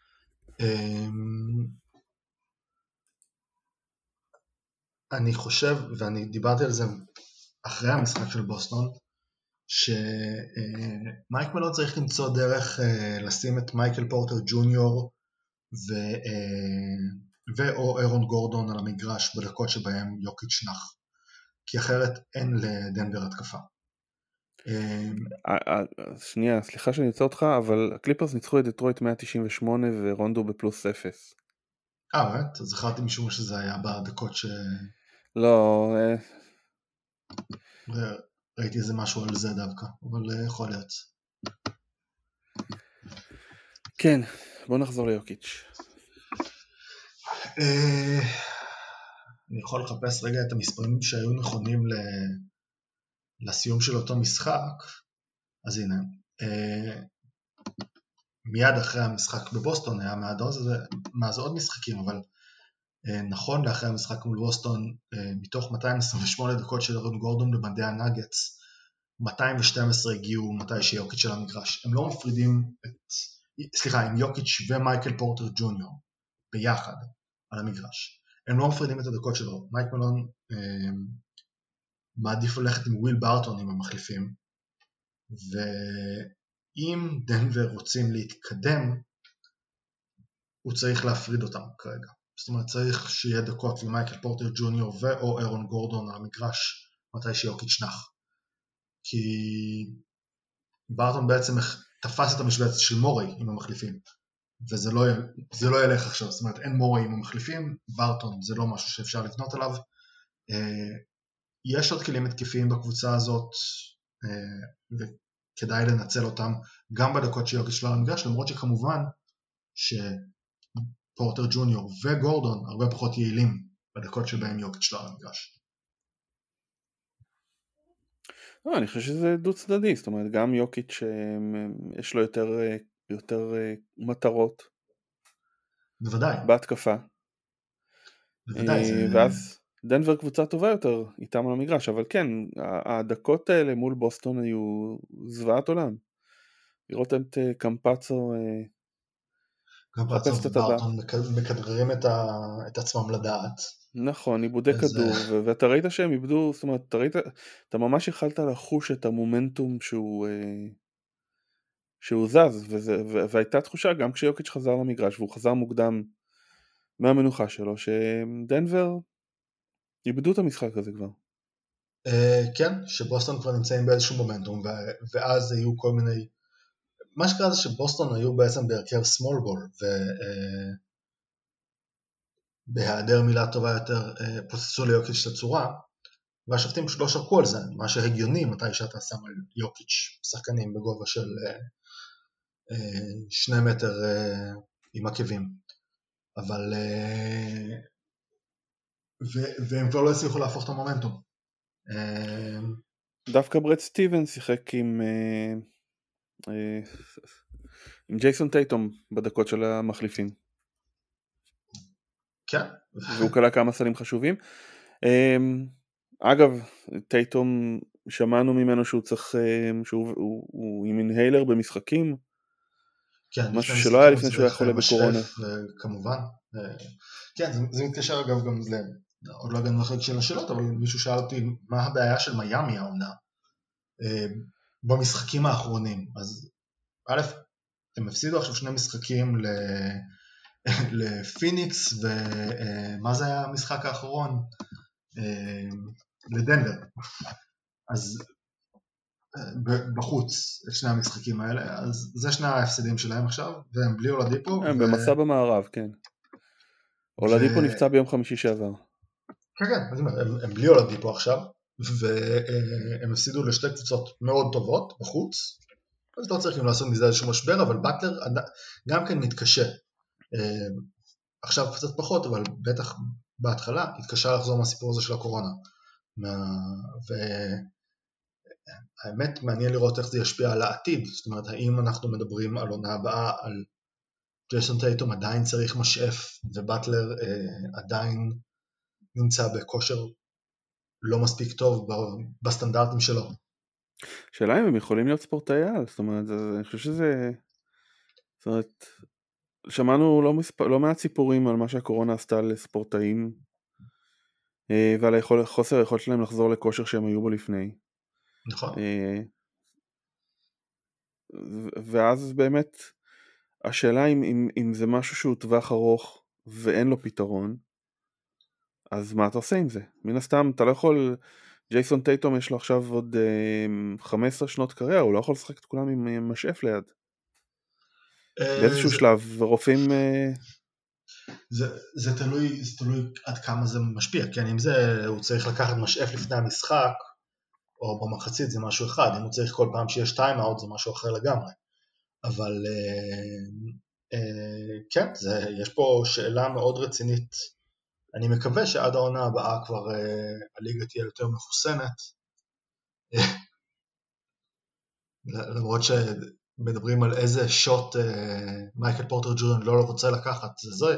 אני חושב, ואני דיברתי על זה אחרי המשחק של בוסטון, שמייק מלון צריך למצוא דרך לשים את מייקל פורטר ג'וניור ואו אירון גורדון על המגרש בדקות שבהם יוקיץ' נח, כי אחרת אין לדנבר התקפה. שנייה, סליחה שאני יוצא אותך, אבל הקליפרס ניצחו את דטרויט 198 ורונדו בפלוס 0. באמת? אז זכרתי משום שזה היה בדקות לא, ראיתי איזה משהו על זה דווקא, אבל יכול להיות. כן, בוא נחזור ליוקיץ'. אני יכול לחפש רגע את המספרים שהיו נכונים לסיום של אותו משחק. אז הנה, מיד אחרי המשחק בבוסטון היה מאז עוד משחקים, אבל נכון לאחרי המשחק מול בוסטון, מתוך 228 דקות של אירון גורדון במדי הנאגטס, 212 הגיעו מתי שיוקיץ' של המגרש. הם לא מפרידים עם יוקיץ' ומייקל פורטר ג'וניור ביחד על המגרש. הם לא מפרידים את הדקות שלו. מייק מלון מעדיף ללכת עם וויל בארטון עם המחליפים, ואם דנבר רוצים להתקדם, הוא צריך להפריד אותם כרגע. זאת אומרת, צריך שיהיה דקות למייקל פורטר ג'וניור ואו אירון גורדון על המגרש מתי שיוקיץ' נח. כי בארטון בעצם תפס את המשבצת של מורי עם המחליפים, וזה לא ילך עכשיו. זאת אומרת, אין מורי עם המחליפים, בארטון זה לא משהו שאפשר לבנות עליו. יש עוד כלים התקפיים בקבוצה הזאת, וכדאי לנצל אותם גם בדקות שיוקיץ' לא על המגרש, למרות שכמובן שפורטר ג'וניור וגורדון הרבה פחות יעילים בדקות שבהם יוקיץ' לא על המגרש. אני חושב שזה דו צדדי, זאת אומרת, גם יוקיץ' יש לו יותר מטרות. בוודאי. בהתקפה. בוודאי, זה... ואז דנבר קבוצה טובה יותר איתם על המגרש, אבל כן, הדקות האלה מול בוסטון היו זוועת עולם. לראות את קמפצו קמפצו וברטון מכדררים את עצמם לדעת. נכון, איבודי כדור, ואתה ראית שהם איבדו, זאת אומרת, אתה ממש יכלת לחוש את המומנטום שהוא זז, והייתה תחושה גם כשיוקיץ' חזר למגרש, והוא חזר מוקדם מהמנוחה שלו, שדנבר איבדו את המשחק הזה כבר. כן, שבוסטון כבר נמצאים באיזשהו מומנטום, ואז היו כל מיני... מה שקרה זה שבוסטון היו בעצם בהרכב סמול בול, ובהיעדר מילה טובה יותר פוצצו ליוקיץ' לצורה, והשופטים פשוט לא שרקו על זה, מה שהגיוני מתי שאתה שם על יוקיץ' שחקנים בגובה של 2 מטר עם עקבים. אבל... והם כבר לא הצליחו להפוך את המומנטום. דווקא ברד סטיבן שיחק עם ג'ייסון טייטום בדקות של המחליפים. כן. והוא קלה כמה סלים חשובים. אגב, טייטום, שמענו ממנו שהוא צריך, שהוא עם אינהיילר במשחקים, כן, משהו לפני שלא היה משחקים הוא לפני שהוא היה צריך חולה בקורונה. משאף, כמובן. כן, זה מתקשר אגב גם עוד לא הגענו לחלק של השאלות, אבל מישהו שאל אותי מה הבעיה של מיאמי העונה במשחקים האחרונים. אז א', הם הפסידו עכשיו 2 משחקים לפיניקס, ומה זה היה המשחק האחרון? לדנבר. אז בחוץ את 2 המשחקים האלה, אז זה 2 ההפסדים שלהם עכשיו, והם בלי אולדיפו. הם במסע במערב, כן. אולדיפו נפצע ביום חמישי שעבר. כן, כן, הם בלי אולדיפו עכשיו, והם הפסידו לשתי קבוצות מאוד טובות בחוץ, אז לא צריכים לעשות מזה איזשהו משבר, אבל באטלר גם כן מתקשה. עכשיו קצת פחות, אבל בטח בהתחלה התקשה לחזור מהסיפור הזה של הקורונה. והאמת מעניין לראות איך זה ישפיע על העתיד, זאת אומרת, האם אנחנו מדברים על עונה הבאה, על ג'ייסון טייטום עדיין צריך משאף, ובאטלר עדיין נמצא בכושר לא מספיק טוב בסטנדרטים שלו. שאלה אם הם יכולים להיות ספורטאי על, זאת אומרת, אני חושב שזה, זאת אומרת, שמענו לא מעט סיפורים על מה שהקורונה עשתה לספורטאים, ועל חוסר היכולת שלהם לחזור לכושר שהם היו בו לפני. נכון. ואז באמת, השאלה אם זה משהו שהוא טווח ארוך ואין לו פתרון, אז מה אתה עושה עם זה? מן הסתם, אתה לא יכול, ג'ייסון טייטום יש לו עכשיו עוד 15 שנות קריירה, הוא לא יכול לשחק את כולם עם משאף ליד. באיזשהו שלב, רופאים... זה תלוי עד כמה זה משפיע, כן, אם זה, הוא צריך לקחת משאף לפני המשחק, או במחצית זה משהו אחד, אם הוא צריך כל פעם שיש טיימאוט זה משהו אחר לגמרי. אבל כן, יש פה שאלה מאוד רצינית. אני מקווה שעד העונה הבאה כבר הליגה תהיה יותר מחוסנת, למרות שמדברים על איזה שוט מייקל פורטר ג'וניור לא רוצה לקחת, זה.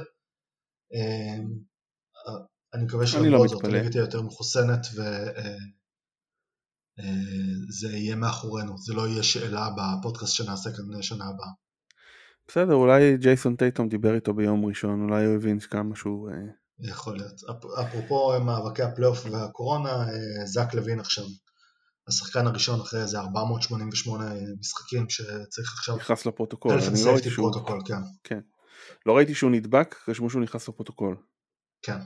אני מקווה שלמרות זאת הליגה תהיה יותר מחוסנת וזה יהיה מאחורינו, זה לא יהיה שאלה בפודקאסט שנעשה כאן שנה הבאה. בסדר, אולי ג'ייסון טייטום דיבר איתו ביום ראשון, אולי הוא הבין כמה שהוא... יכול להיות. אפרופו מאבקי הפלייאוף והקורונה, זק לוין עכשיו, השחקן הראשון אחרי איזה 488 משחקים שצריך עכשיו... נכנס לפרוטוקול. אני לא ראיתי שהוא... פרוטוקול, כן. כן. לא ראיתי שהוא נדבק, רשמו שהוא נכנס לפרוטוקול. כן.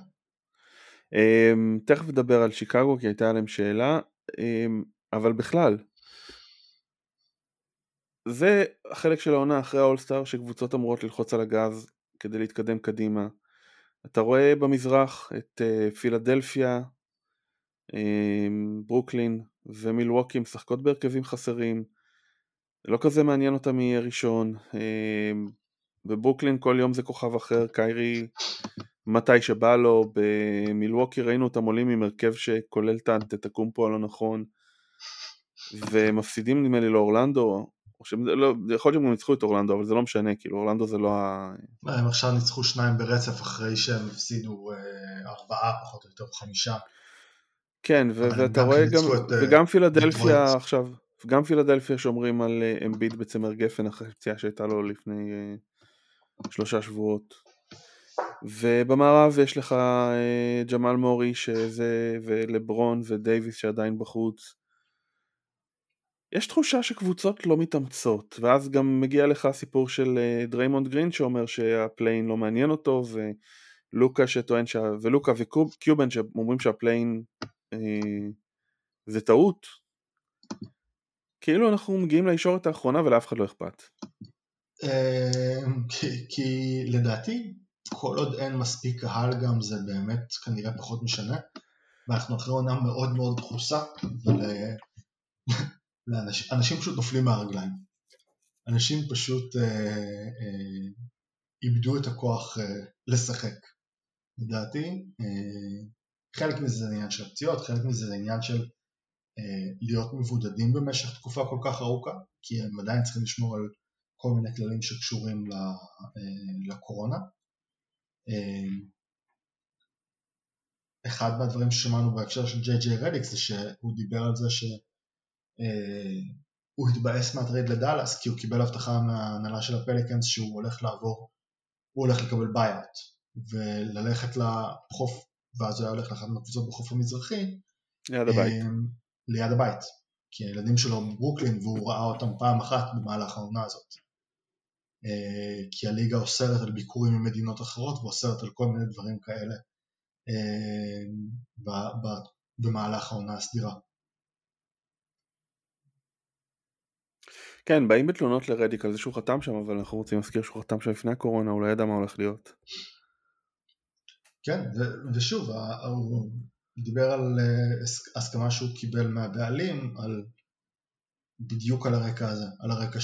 תכף נדבר על שיקגו, כי הייתה עליהם שאלה, אבל בכלל, זה החלק של העונה אחרי האולסטאר, שקבוצות אמורות ללחוץ על הגז כדי להתקדם קדימה. אתה רואה במזרח את פילדלפיה, ברוקלין ומילווקי משחקות בהרכבים חסרים, לא כזה מעניין אותה מי יהיה ראשון. בברוקלין כל יום זה כוכב אחר, קיירי מתי שבא לו. במילווקי ראינו אותם עולים עם הרכב שכולל את הקומפו הלא נכון, ומפסידים נדמה לי לאורלנדו, יכול להיות שהם ניצחו את אורלנדו, אבל זה לא משנה, כאילו אורלנדו זה לא הם עכשיו ניצחו 2 ברצף אחרי שהם הפסידו 4 פחות או יותר 5. כן, ואתה רואה גם, וגם פילדלפיה עכשיו, גם פילדלפיה שומרים על אמביד בצמר גפן אחרי פציעה שהייתה לו לפני 3 שבועות. ובמערב יש לך ג'מאל מורי ולברון ודייביס שעדיין בחוץ. יש תחושה שקבוצות לא מתאמצות, ואז גם מגיע לך הסיפור של דריימונד גרין שאומר שהפליין לא מעניין אותו, ולוקה שטוען ולוקה וקיובן שאומרים שהפליין זה טעות. כאילו אנחנו מגיעים לישורת האחרונה ולאף אחד לא אכפת. כי לדעתי כל עוד אין מספיק קהל גם זה באמת כנראה פחות משנה, ואנחנו אחרי עונה מאוד מאוד דחוסה, אנשים פשוט נופלים מהרגליים. אנשים פשוט איבדו את הכוח לשחק. לדעתי, חלק מזה זה עניין של הפציעות, חלק מזה זה עניין של להיות מבודדים במשך תקופה כל כך ארוכה, כי הם עדיין צריכים לשמור על כל מיני כללים שקשורים לקורונה. אחד מהדברים ששמענו בהקשר של ג'יי רדיק זה שהוא דיבר על זה שהוא התבאס מהטרייד לדאלאס כי הוא קיבל הבטחה מההנהלה של הפליקנס שהוא הולך לקבל ביי-אוט וללכת לחוף, ואז הוא היה הולך לאחת מהקבוצות בחוף המזרחי ליד הבית. ליד הבית, כי הילדים שלו בברוקלין והוא ראה אותם פעם אחת במהלך העונה הזאת, כי הליגה אוסרת על ביקורים ממדינות אחרות ואוסרת על כל מיני דברים כאלה במהלך העונה הסדירה. כן, באים בתלונות לרדיק על זה שהוא חתם שם, אבל אנחנו רוצים להזכיר שהוא חתם שם לפני הקורונה, הוא לא ידע מה הולך להיות. כן, ושוב, הוא דיבר על הסכמה שהוא קיבל מהבעלים, בדיוק על הרקע הזה, על הרקע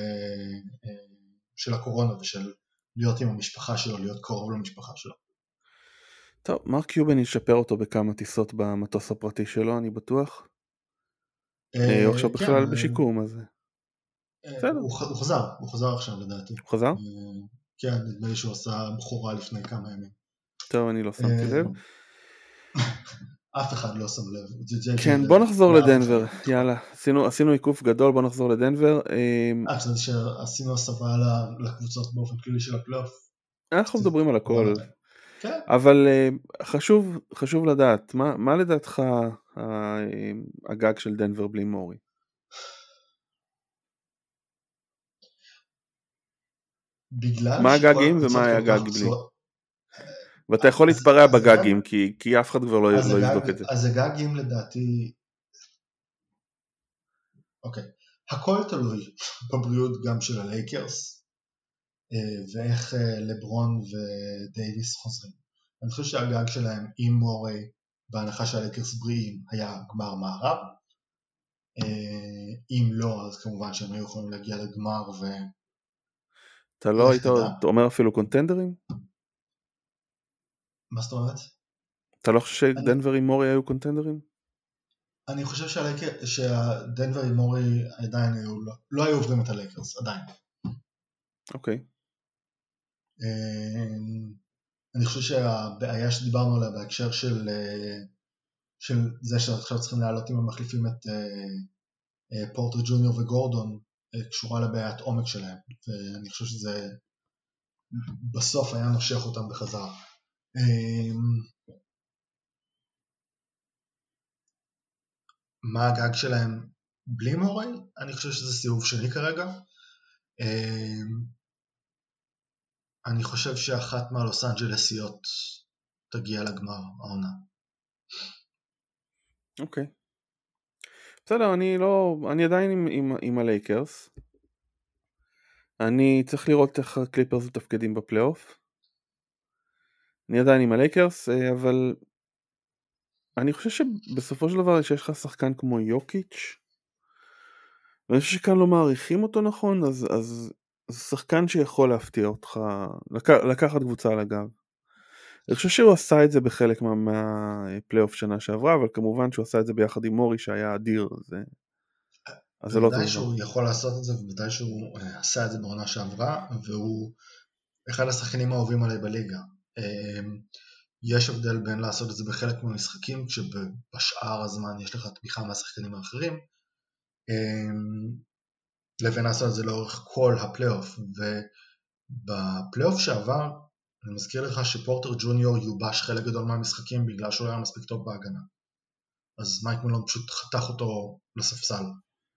של הקורונה ושל להיות עם המשפחה שלו, להיות קרוב למשפחה שלו. טוב, מרק קיובן ישפר אותו בכמה טיסות במטוס הפרטי שלו, אני בטוח. הוא עכשיו בכלל בשיקום, אז בסדר. הוא חזר עכשיו לדעתי. הוא חזר? כן, נדמה לי שהוא עשה בחורה לפני כמה ימים. טוב, אני לא שמתי לב. אף אחד לא שם לב. כן, בוא נחזור לדנבר, יאללה, עשינו עיקוף גדול, בוא נחזור לדנבר. חשבתי שעשינו הסבה לקבוצות באופן כללי של הפלייאוף. אנחנו מדברים על הכל, כן. אבל חשוב לדעת, מה לדעתך הגג של דנבר בלי מורי? מה הגגים ומה היה הגג בלי? ואתה יכול להתפרע בגגים, כי אף אחד כבר לא יבדוק את זה. אז הגגים לדעתי, אוקיי, הכל תלוי בבריאות גם של הלייקרס, ואיך לברון ודייביס חוזרים. אני חושב שהגג שלהם עם מורי, בהנחה שהלייקרס בריאים, היה גמר מערב. אם לא, אז כמובן שהם היו יכולים להגיע לגמר ו... אתה לא היית אומר אפילו קונטנדרים? מה זאת אומרת? אתה לא חושב שדנבר עם מורי היו קונטנדרים? אני חושב שהדנבר עם מורי עדיין לא היו עוברים את הלייקרס, עדיין. אוקיי. אני חושב שהבעיה שדיברנו עליה בהקשר של זה שעכשיו צריכים לעלות אם הם מחליפים את פורטר ג'וניור וגורדון, קשורה לבעיית עומק שלהם, ואני חושב שזה בסוף היה נושך אותם בחזרה. מה הגג שלהם בלי מורי? אני חושב שזה סיבוב שני כרגע. אני חושב שאחת מהלוס אנג'לסיות תגיע לגמר העונה. אוקיי. בסדר, אני עדיין עם הלייקרס. אני צריך לראות איך הקליפרס מתפקדים בפלייאוף. אני עדיין עם הלייקרס, אבל אני חושב שבסופו של דבר שיש לך שחקן כמו יוקיץ', ואני חושב שכאן לא מעריכים אותו נכון, אז שחקן שיכול להפתיע אותך, לקחת קבוצה על הגב. אני חושב שהוא עשה את זה בחלק מהפלייאוף שנה שעברה, אבל כמובן שהוא עשה את זה ביחד עם מורי שהיה אדיר, אז זה לא טוב. בוודאי שהוא יכול לעשות את זה, ובוודאי שהוא עשה את זה בעונה שעברה, והוא אחד השחקנים האהובים עליי בליגה. יש הבדל בין לעשות את זה בחלק מהמשחקים, כשבשאר הזמן יש לך תמיכה מהשחקנים האחרים, לבין לעשות את זה לאורך כל הפלייאוף. ובפלייאוף שעבר, אני מזכיר לך שפורטר ג'וניור יובש חלק גדול מהמשחקים, בגלל שהוא היה מספיק טוב בהגנה. אז מייק מלון פשוט חתך אותו לספסל.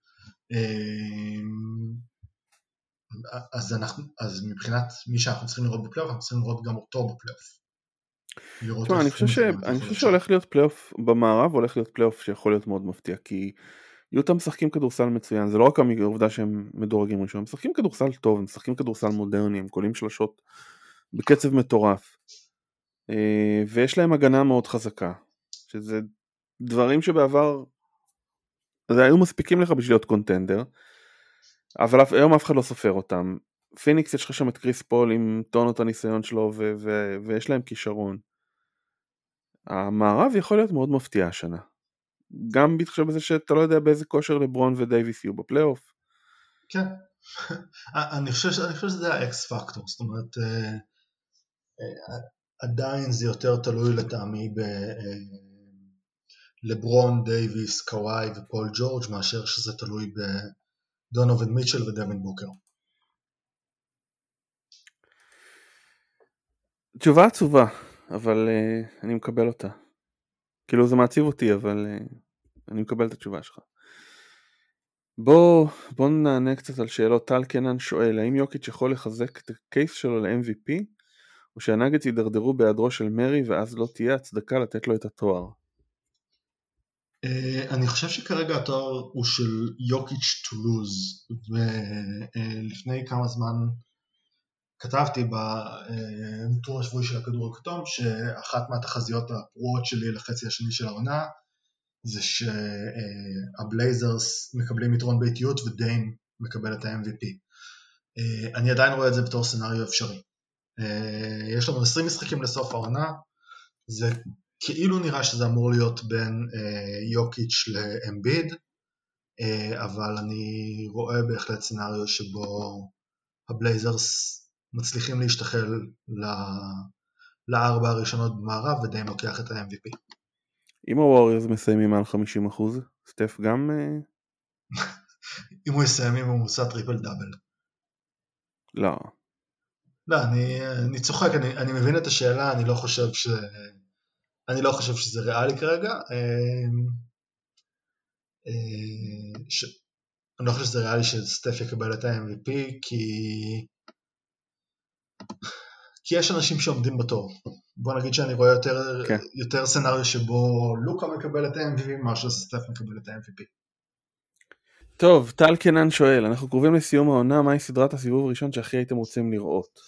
אז מבחינת מי שאנחנו צריכים לראות בפלייאוף, אנחנו צריכים לראות גם אותו בפלייאוף. אני חושב שהולך להיות פלייאוף במערב, הולך להיות פלייאוף שיכול להיות מאוד מפתיע, כי יוטה משחקים כדורסל מצוין, זה לא רק העובדה שהם מדורגים ראשון, הם משחקים כדורסל טוב, הם משחקים כדורסל מודרני, הם קולים שלשות בקצב מטורף, ויש להם הגנה מאוד חזקה, שזה דברים שבעבר זה היו מספיקים לך בשביל להיות קונטנדר, אבל היום אף אחד לא סופר אותם. פיניקס יש לך שם את קריס פול עם טונות הניסיון שלו, ויש להם כישרון. המערב יכול להיות מאוד מפתיע השנה. גם בהתחשב בזה שאתה לא יודע באיזה כושר לברון ודייביס יהיו בפלייאוף. כן. אני חושב שזה האקס פקטור. זאת אומרת, עדיין זה יותר תלוי לטעמי לברון, דייביס, קוואי ופול ג'ורג' מאשר שזה תלוי בדונובין מיטשל ודווין בוקר. תשובה עצובה, אבל אני מקבל אותה. כאילו זה מעציב אותי, אבל אני מקבל את התשובה שלך. בוא נענה קצת על שאלות. טל קנן שואל, האם יוקיץ' יכול לחזק את הקייס שלו ל-MVP, או שהנגטס יידרדרו בהיעדרו של מרי, ואז לא תהיה הצדקה לתת לו את התואר? אני חושב שכרגע התואר הוא של יוקיץ' טו לוז, ולפני כמה זמן כתבתי בטור השבועי של הכדור הכתום, שאחת מהתחזיות הפרועות שלי לחצי השני של העונה, זה שהבלייזרס מקבלים יתרון ביתיות ודיין מקבל את ה-MVP. אני עדיין רואה את זה בתור סנריו אפשרי. יש לנו 20 משחקים לסוף העונה, זה כאילו נראה שזה אמור להיות בין יוקיץ' לאמביד, אבל אני רואה בהחלט סנריו שבו הבלייזרס מצליחים להשתחל לארבע הראשונות במערב, ודיין לוקח את ה-MVP. אם הווריורס מסיימים על 50%, סטף גם... אם הוא יסיים עם ממוצע טריפל דאבל. לא. לא, אני צוחק, אני מבין את השאלה, אני לא חושב שזה ריאלי כרגע. אני לא חושב שזה ריאלי שסטף יקבל את ה-MVP, כי יש אנשים שעומדים בתור. בוא נגיד שאני רואה יותר סנריו שבו לוקה מקבל את ה-MVP, מאשר סטף מקבל את ה-MVP. טוב, טל קנן שואל, אנחנו קרובים לסיום העונה, מהי סדרת הסיבוב הראשון שהכי הייתם רוצים לראות?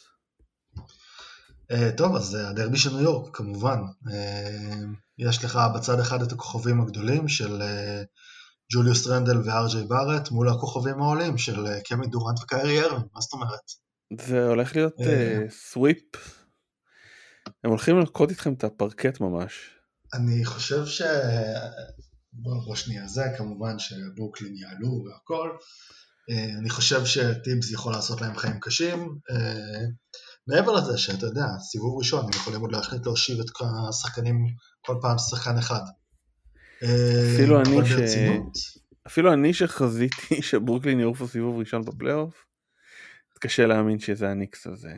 טוב, אז הדרבי של ניו יורק, כמובן. יש לך בצד אחד את הכוכבים הגדולים של ג'וליוס רנדל וארג'יי בארט, מול הכוכבים העולים של קמי דורנט וקיירי ארווין, מה זאת אומרת? זה הולך להיות סוויפ. הם הולכים לקוד איתכם את הפרקט ממש. אני חושב בוא שנייה, זה כמובן שברוקלין יעלו והכל. אני חושב שטיבס יכול לעשות להם חיים קשים. מעבר לזה שאתה יודע, סיבוב ראשון, הם יכולים עוד להחליט להושיב את השחקנים כל פעם שחקן אחד. אפילו אני שחזיתי שברוקלין יעופו סיבוב ראשון בפלייאוף, קשה להאמין שזה הניקס הזה.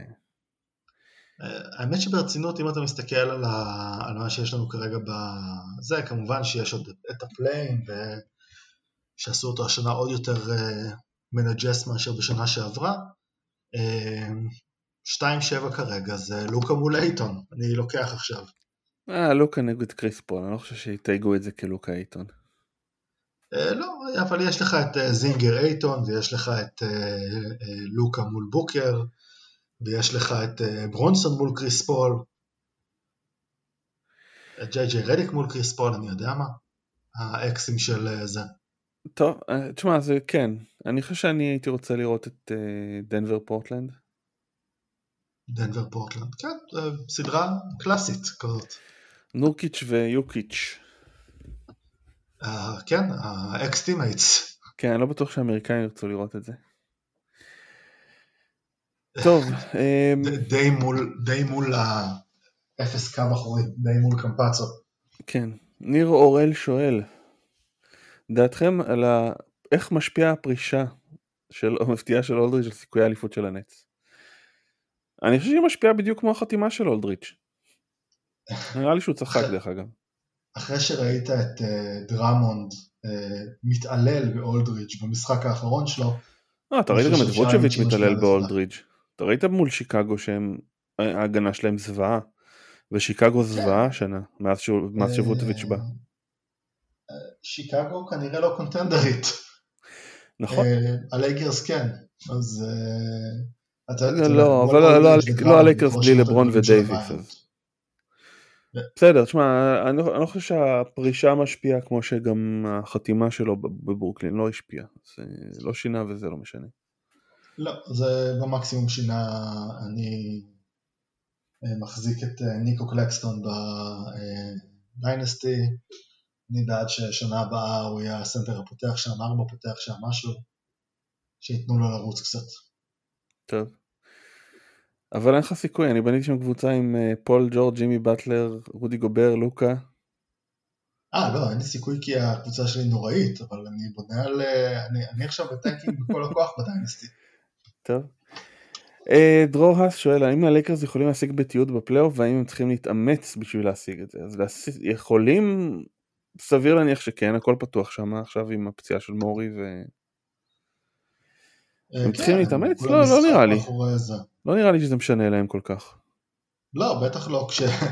האמת שברצינות, אם אתה מסתכל על מה שיש לנו כרגע בזה, כמובן שיש עוד את הפליין, שעשו אותו השנה עוד יותר מנג'ס מאשר בשנה שעברה. 2-7 כרגע, זה לוקה מול אייטון, אני לוקח עכשיו. לוקה נגד קריס פול, אני לא חושב שיתייגו את זה כלוקה אייטון. לא, אבל יש לך את זינגר אייטון, ויש לך את לוקה מול בוקר, ויש לך את ברונסון מול קריס פול, את ג'יי רדיק מול קריס פול, אני יודע מה, האקסים של זה. טוב, תשמע, זה כן, אני חושב שאני הייתי רוצה לראות את דנבר פורטלנד. דנבר פורטלנד, כן, סדרה קלאסית כזאת. נורקיץ' ויוקיץ'. כן, האקס-טימייטס. כן, אני לא בטוח שהאמריקאים ירצו לראות את זה. טוב. די מול האפס קו אחורי, די מול קמפצו. כן, ניר אורל שואל, דעתכם על איך משפיעה הפרישה המפתיעה של אולדריץ' על סיכויי האליפות של הנץ? אני חושב שהיא משפיעה בדיוק כמו החתימה של אולדריץ'. נראה לי שהוא צחק דרך אגב. אחרי שראית את דרמונד מתעלל באולדריץ' במשחק האחרון שלו. אתה ראית גם את ווצ'ביץ' מתעלל באולדריץ'. אתה ראית מול שיקגו שההגנה שלהם זוועה, ושיקגו זוועה השנה, מאז שווצ'ביץ' בא. שיקגו כנראה לא קונטנדרית. נכון. הלייקרס כן, אז... לא, אבל לא הלייקרס בלי לברון ודייביס. בסדר, תשמע, אני לא חושב שהפרישה משפיעה כמו שגם החתימה שלו בברוקלין לא השפיעה. זה לא שינה וזה לא משנה. לא, זה במקסימום שינה. אני מחזיק את ניקו קלקסטון בדיינסטי. אני בעד ששנה הבאה הוא יהיה הסנטר הפותח שם, 4 פותח שם משהו, שיתנו לו לרוץ קצת. טוב. אבל אין לך סיכוי, אני בניתי שם קבוצה עם פול ג'ורג', ג'ימי באטלר, רודי גובר, לוקה. לא, אין לי סיכוי כי הקבוצה שלי נוראית, אבל אני בונה על... אני עכשיו בטנקינג בכל הכוח בדיינסטי. טוב. דרור האס שואל, האם הלייקרס יכולים להשיג בתיות בפלייאוף, והאם הם צריכים להתאמץ בשביל להשיג את זה? אז יכולים, סביר להניח שכן, הכל פתוח שם עכשיו עם הפציעה של מורי, הם צריכים כן, הם להתאמץ? כולם לא משחק נראה לי. מאחורי זה. לא נראה לי שזה משנה להם כל כך. לא, בטח לא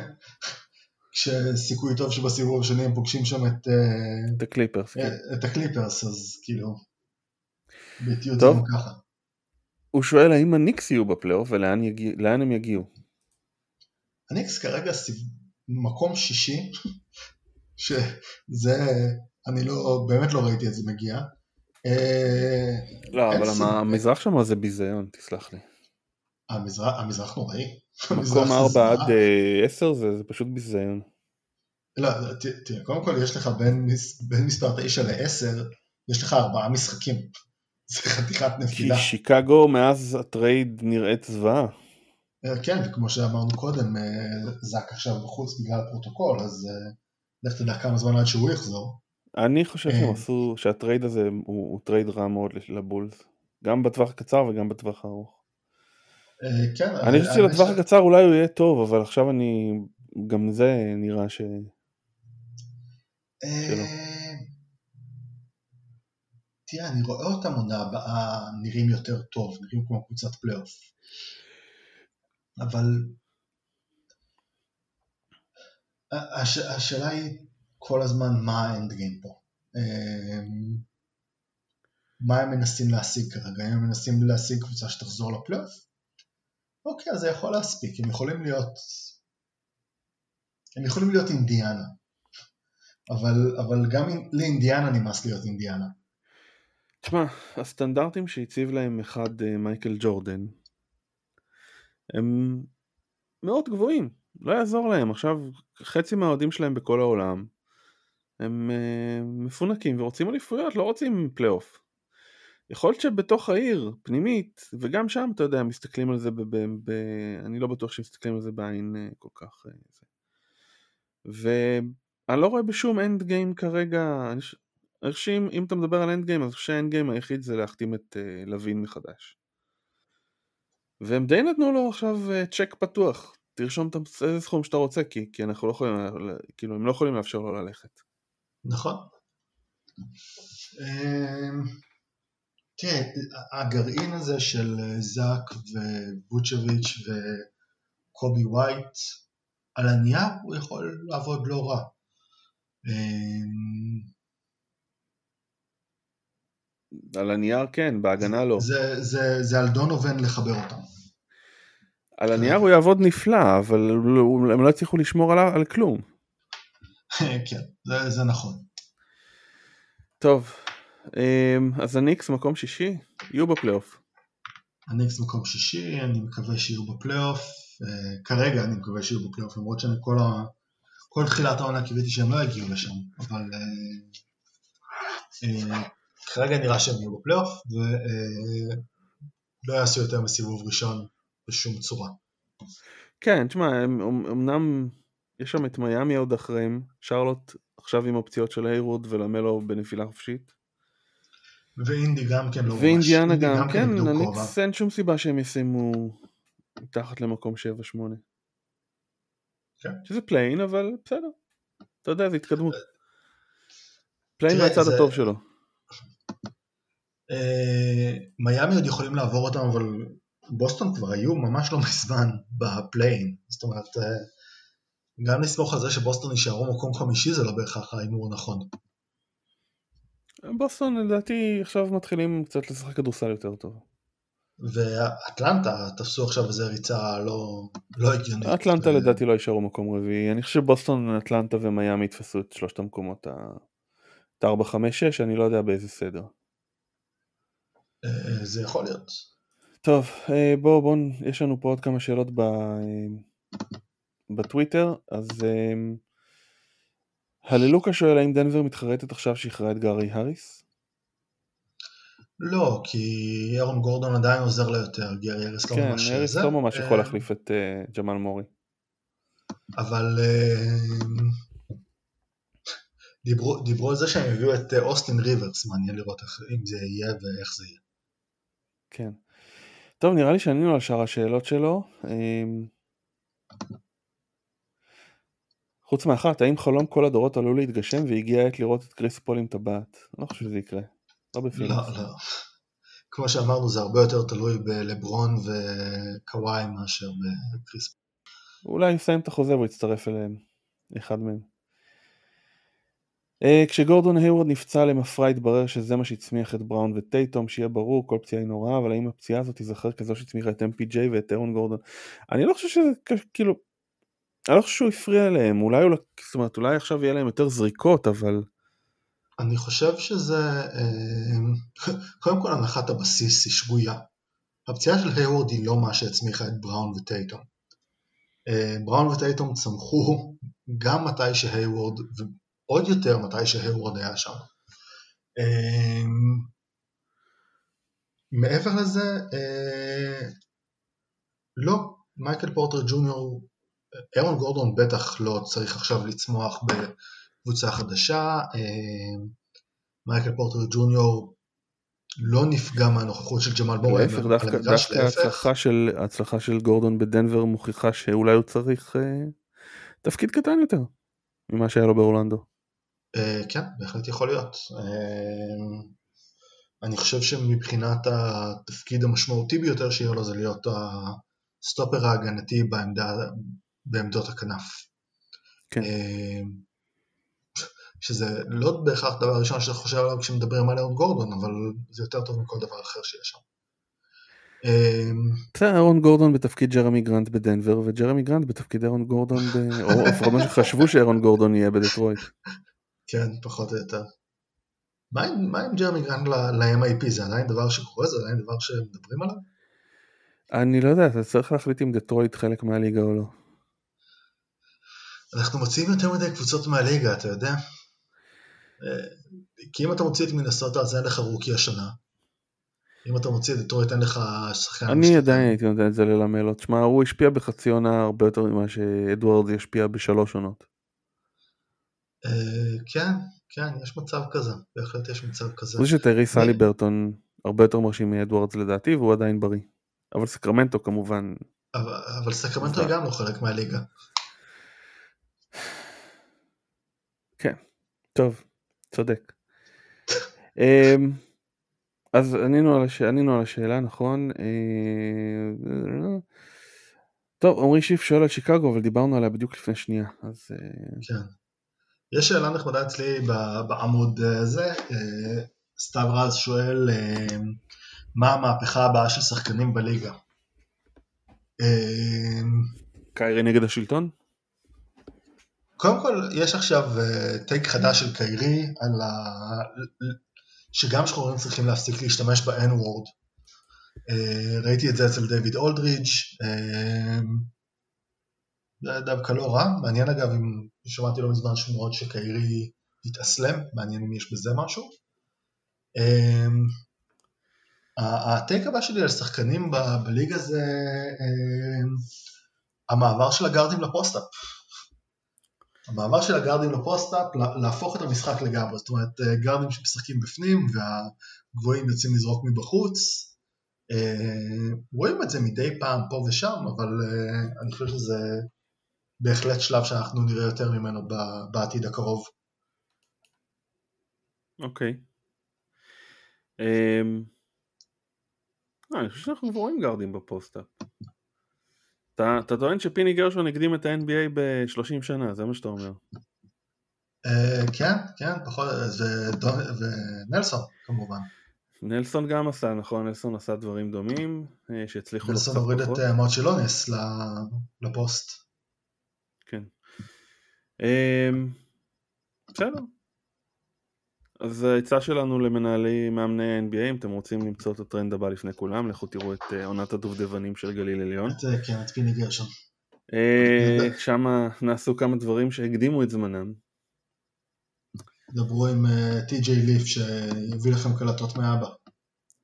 כשסיכוי טוב שבסיבוב השני הם פוגשים שם את הקליפרס, כן. את הקליפרס, אז כאילו, בתיות זה טוב. גם ככה. הוא שואל האם הניקס יהיו בפלייאוף ולאן הם יגיעו. הניקס כרגע מקום שישי, שזה, אני באמת לא ראיתי את זה מגיע. לא, אבל המזרח שם זה ביזיון, תסלח לי. המזרח נוראי. מקום 4 עד 10 זה פשוט ביזיון. לא, תראה, קודם כל יש לך בין מספר 9 ל-10, יש לך 4 משחקים. זה חתיכת נפילה. כי שיקגו מאז הטרייד נראית זוועה. כן, וכמו שאמרנו קודם, זק עכשיו בחוץ בגלל הפרוטוקול, אז לך תדע כמה זמן עד שהוא יחזור. אני חושב שהם עשו, שהטרייד הזה הוא טרייד רע מאוד לבולס. גם בטווח הקצר וגם בטווח הארוך. כן. אני חושב שלטווח הקצר אולי הוא יהיה טוב, אבל עכשיו גם זה נראה שלא. תראה, אני רואה אותם עונה הבאה נראים יותר טוב, נראים כמו קבוצת פלייאוף. אבל השאלה היא כל הזמן מה האנד גיים פה. מה הם מנסים להשיג כרגע? הם מנסים להשיג קבוצה שתחזור לפלייאוף? אוקיי, אז זה יכול להספיק. הם יכולים להיות אינדיאנה. אבל גם לאינדיאנה נמאס להיות אינדיאנה. תשמע, הסטנדרטים שהציב להם אחד מייקל ג'ורדן הם מאוד גבוהים, לא יעזור להם. עכשיו חצי מהאוהדים שלהם בכל העולם הם מפונקים ורוצים אליפויות, לא רוצים פלייאוף. יכול להיות שבתוך העיר, פנימית, וגם שם אתה יודע, מסתכלים על זה אני לא בטוח שמסתכלים על זה בעין כל כך ואני לא רואה בשום אנד גיים כרגע. אם אתה מדבר על אנד גיים, אז שהאנד גיים היחיד זה להחתים את לוין מחדש. והם די נתנו לו עכשיו צ'ק פתוח, תרשום איזה סכום שאתה רוצה, כי אנחנו לא יכולים, כאילו הם לא יכולים לאפשר לו ללכת. נכון. תראה, הגרעין הזה של זק ובוצ'ביץ' וקובי ווייט, על הנייר הוא יכול לעבוד לא רע. על הנייר כן, בהגנה לא. זה על דונובן לחבר אותם. על הנייר הוא יעבוד נפלא, אבל הם לא הצליחו לשמור על כלום. כן, זה נכון. טוב, אז הניקס מקום שישי, יהיו בפלייאוף. הניקס מקום שישי, אני מקווה שיהיו בפלייאוף. כרגע אני מקווה שיהיו בפלייאוף, למרות שאני כל תחילת העונה קיוויתי שהם לא יגיעו לשם, אבל כרגע נראה שהם יהיו בפלייאוף, ולא יעשו יותר מסיבוב ראשון בשום צורה. כן, תשמע, אמנם יש שם את מיאמי עוד אחריהם, שרלוט עכשיו עם אופציות של איירוד ולמלו בנפילה חופשית. ואינדי גם כן לא ממש. ואינדיאנה גם כן, הניקס אין שום סיבה שהם ישימו מתחת למקום 7-8. כן. שזה פליין, אבל בסדר. אתה יודע, זה התקדמות. פליין מהצד הטוב שלו. מיאמי עוד יכולים לעבור אותם, אבל בוסטון כבר היו ממש לא מזמן בפליין. זאת אומרת, גם לסמוך על זה שבוסטון יישארו מקום חמישי, זה לא בהכרח ההימור נכון. בוסטון לדעתי עכשיו מתחילים קצת לשחק כדורסל יותר טוב. ואטלנטה תפסו עכשיו איזה ריצה לא הגיונית. אטלנטה לדעתי לא יישארו מקום רביעי. אני חושב שבוסטון, אטלנטה ומיאמי יתפסו את שלושת המקומות, את 4-5-6, אני לא יודע באיזה סדר. זה יכול להיות. טוב, בואו, יש לנו פה עוד כמה שאלות בטוויטר. אז הללוקה שואל האם דנבר מתחרטת עכשיו שחררה את גארי האריס? לא, כי אירון גורדון עדיין עוזר לה יותר, גרי אריס לא כן, ממש אריס זה, לא ממש יכול להחליף את ג'מאל מורי. אבל דיברו על זה שהם הביאו את אוסטין ריברס, מעניין לראות אם זה יהיה ואיך זה יהיה. כן. טוב, נראה לי שענינו על שאר השאלות שלו. חוץ מאחת, האם חלום כל הדורות עלול להתגשם והגיע העת לראות את קריס פול עם טבעת? אני לא חושב שזה יקרה. לא בפיניקס. לא. כמו שאמרנו, זה הרבה יותר תלוי בלברון וקוואי מאשר בקריס. אולי יסיים את החוזה והוא יצטרף אליהם. אחד מהם. כשגורדון היוורד נפצע למפרע התברר שזה מה שהצמיח את בראון וטייטום, שיהיה ברור, כל פציעה היא נוראה, אבל האם הפציעה הזאת תיזכר כזו שהצמיחה את MPJ ואת אירון גורדון? אני לא חושב שזה כאילו, אני לא חושב שהוא הפריע להם, אולי עכשיו יהיה להם יותר זריקות, אבל... אני חושב שזה, קודם כל הנחת הבסיס היא שגויה. הפציעה של היוורד היא לא מה שהצמיחה את בראון וטייטום. בראון וטייטום צמחו גם מתי שהיוורד, ועוד יותר מתי שהיוורד היה שם. מעבר לזה, לא, מייקל פורטר ג'וניור, אירון גורדון בטח לא צריך עכשיו לצמוח בקבוצה חדשה, מייקל פורטר ג'וניור לא נפגע מהנוכחות של ג'מאל מורי על המגרש, דווקא ההצלחה של גורדון בדנבר מוכיחה שאולי הוא צריך תפקיד קטן יותר ממה שהיה לו באורלנדו. כן, בהחלט יכול להיות. אני חושב שמבחינת התפקיד המשמעותי ביותר שיהיה לו זה להיות הסטופר ההגנתי בעמדות הכנף. כן. שזה לא בהכרח דבר ראשון שאתה חושב עליו כשמדברים על אירון גורדון, אבל זה יותר טוב מכל דבר אחר שיש שם. זה אירון גורדון בתפקיד ג'רמי גרנט בדנבר, וג'רמי גרנט בתפקיד אירון גורדון, או לפחות מה שחשבו שאירון גורדון יהיה בדטרויט. כן, פחות או יותר. מה עם ג'רמי גרנט ל-MIP? זה עדיין דבר שקורה? זה עדיין דבר שמדברים עליו? אני לא יודע, אתה צריך להחליט אם דטרויט חלק מהליגה או לא. אנחנו מוציאים יותר מדי קבוצות מהליגה, אתה יודע? כי אם אתה מוציא את מינסוטה, אז אין לך רוקי השנה. אם אתה מוציא את דטרויט, אין לך שחקן. אני עדיין הייתי נותן את זה ללמלו. תשמע, הוא השפיע בחצי עונה הרבה יותר ממה שאדוארד ישפיע בשלוש עונות. כן, יש מצב כזה. בהחלט יש מצב כזה. זה שטייריס הליברטון הרבה יותר מרשים מאדוארדס לדעתי, והוא עדיין בריא. אבל סקרמנטו כמובן... אבל סקרמנטו היא גם לא חלק מהליגה. כן, טוב, צודק. אז ענינו על השאלה, נכון? טוב, עמרי שיף שואל על שיקגו, אבל דיברנו עליה בדיוק לפני שנייה. אז... כן. יש שאלה נחמדה אצלי בעמוד הזה, סתיו רז שואל מה המהפכה הבאה של שחקנים בליגה? קיירי נגד השלטון? קודם כל, יש עכשיו טייק חדש של קיירי, שגם שחורים צריכים להפסיק להשתמש ב-N-word. ראיתי את זה אצל דיוויד אולדריץ', זה דווקא לא רע, מעניין אגב אם שמעתי לא מזמן שמועות שקיירי יתאסלם, מעניין אם יש בזה משהו. הטייק הבא שלי על שחקנים בליגה זה המעבר של הגארדים לפוסט-אפ. המעבר של הגארדים לפוסט-אפ, להפוך את המשחק לגמרי, זאת אומרת גארדים שמשחקים בפנים והגבוהים יוצאים לזרוק מבחוץ, רואים את זה מדי פעם פה ושם, אבל אני חושב שזה בהחלט שלב שאנחנו נראה יותר ממנו בעתיד הקרוב. אוקיי. אני חושב שאנחנו רואים גארדים בפוסט-אפ. אתה טוען שפיני גרשון הקדים את ה-NBA ב-30 שנה, זה מה שאתה אומר. כן, פחות, ונלסון כמובן. נלסון גם עשה, נכון, נלסון עשה דברים דומים, שהצליחו לו קצת פחות. נלסון הוריד את מרצ'לונס לפוסט. כן. בסדר. אז ההצעה שלנו למנהלי מאמני ה-NBA, אם אתם רוצים למצוא את הטרנד הבא לפני כולם, לכו תראו את עונת הדובדבנים של גליל עליון. כן, את פיני גרשון. שם נעשו כמה דברים שהקדימו את זמנם. דברו עם טי.ג'יי ליף שיביא לכם קלטות מאבא.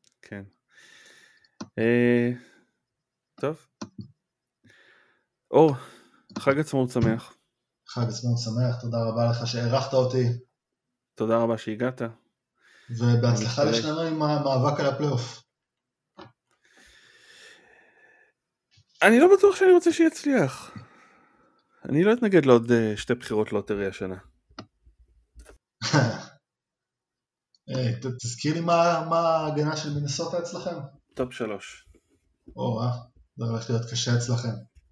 טוב. אור, חג עצמאות שמח. חג עצמאות שמח, תודה רבה לך שהערכת אותי. תודה רבה שהגעת. ובהצלחה לשנינו עם המאבק על הפלייאוף. אני לא בטוח שאני רוצה שיצליח. אני לא אתנגד לעוד 2 בחירות לוטרי השנה. תזכיר לי מה ההגנה של מינסוטה אצלכם? טופ 3. זה הולך להיות קשה אצלכם.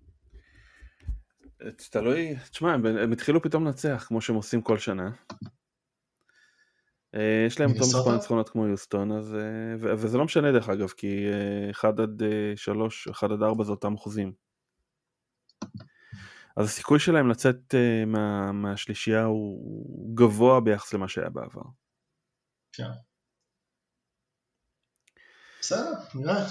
תלוי, תשמע, הם התחילו פתאום לנצח כמו שהם עושים כל שנה. יש להם אותו מספר ניצחונות כמו יוסטון, וזה לא משנה דרך אגב, כי 1-3, 1-4 זה אותם אחוזים. אז הסיכוי שלהם לצאת מהשלישייה הוא גבוה ביחס למה שהיה בעבר. כן. בסדר, נראה.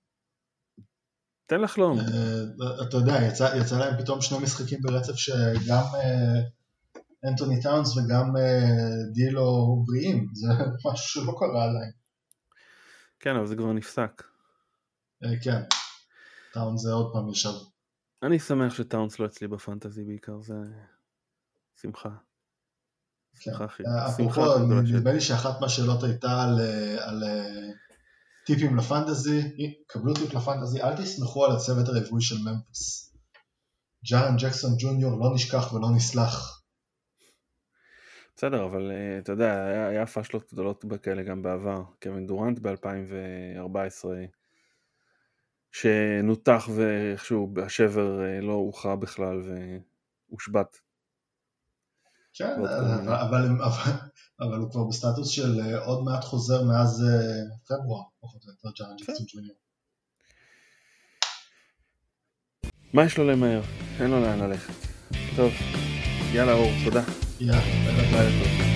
תן לחלום. אתה יודע, יצא להם פתאום 2 משחקים ברצף שגם אנטוני טאונס וגם דילו בריאים, זה משהו שלא קרה עליהם. כן, אבל זה כבר נפסק. כן, טאונס זה עוד פעם ישב. אני שמח שטאונס לא אצלי בפנטזי בעיקר, זה שמחה. שמחה אחי. אפרופו, נדמה לי שאחת מהשאלות הייתה על טיפים לפנטזי, קבלו טיפ לפנטזי, אל תסמכו על הצוות הרפואי של ממפיס. ג'ארן ג'קסון ג'וניור לא נשכח ולא נסלח. בסדר, אבל אתה יודע, היה פשלות גדולות בכאלה גם בעבר. קווין דורנט ב-2014, שנותח ואיכשהו השבר לא הוכרע בכלל והושבת. כן, אבל הוא כבר בסטטוס של עוד מעט חוזר מאז פברואר, פחות או יותר, ג'ארן ג'קסון ג'וניור. מה יש לו למהר? אין לו לאן ללכת. טוב, יאללה אור, תודה. יאללה, ביי.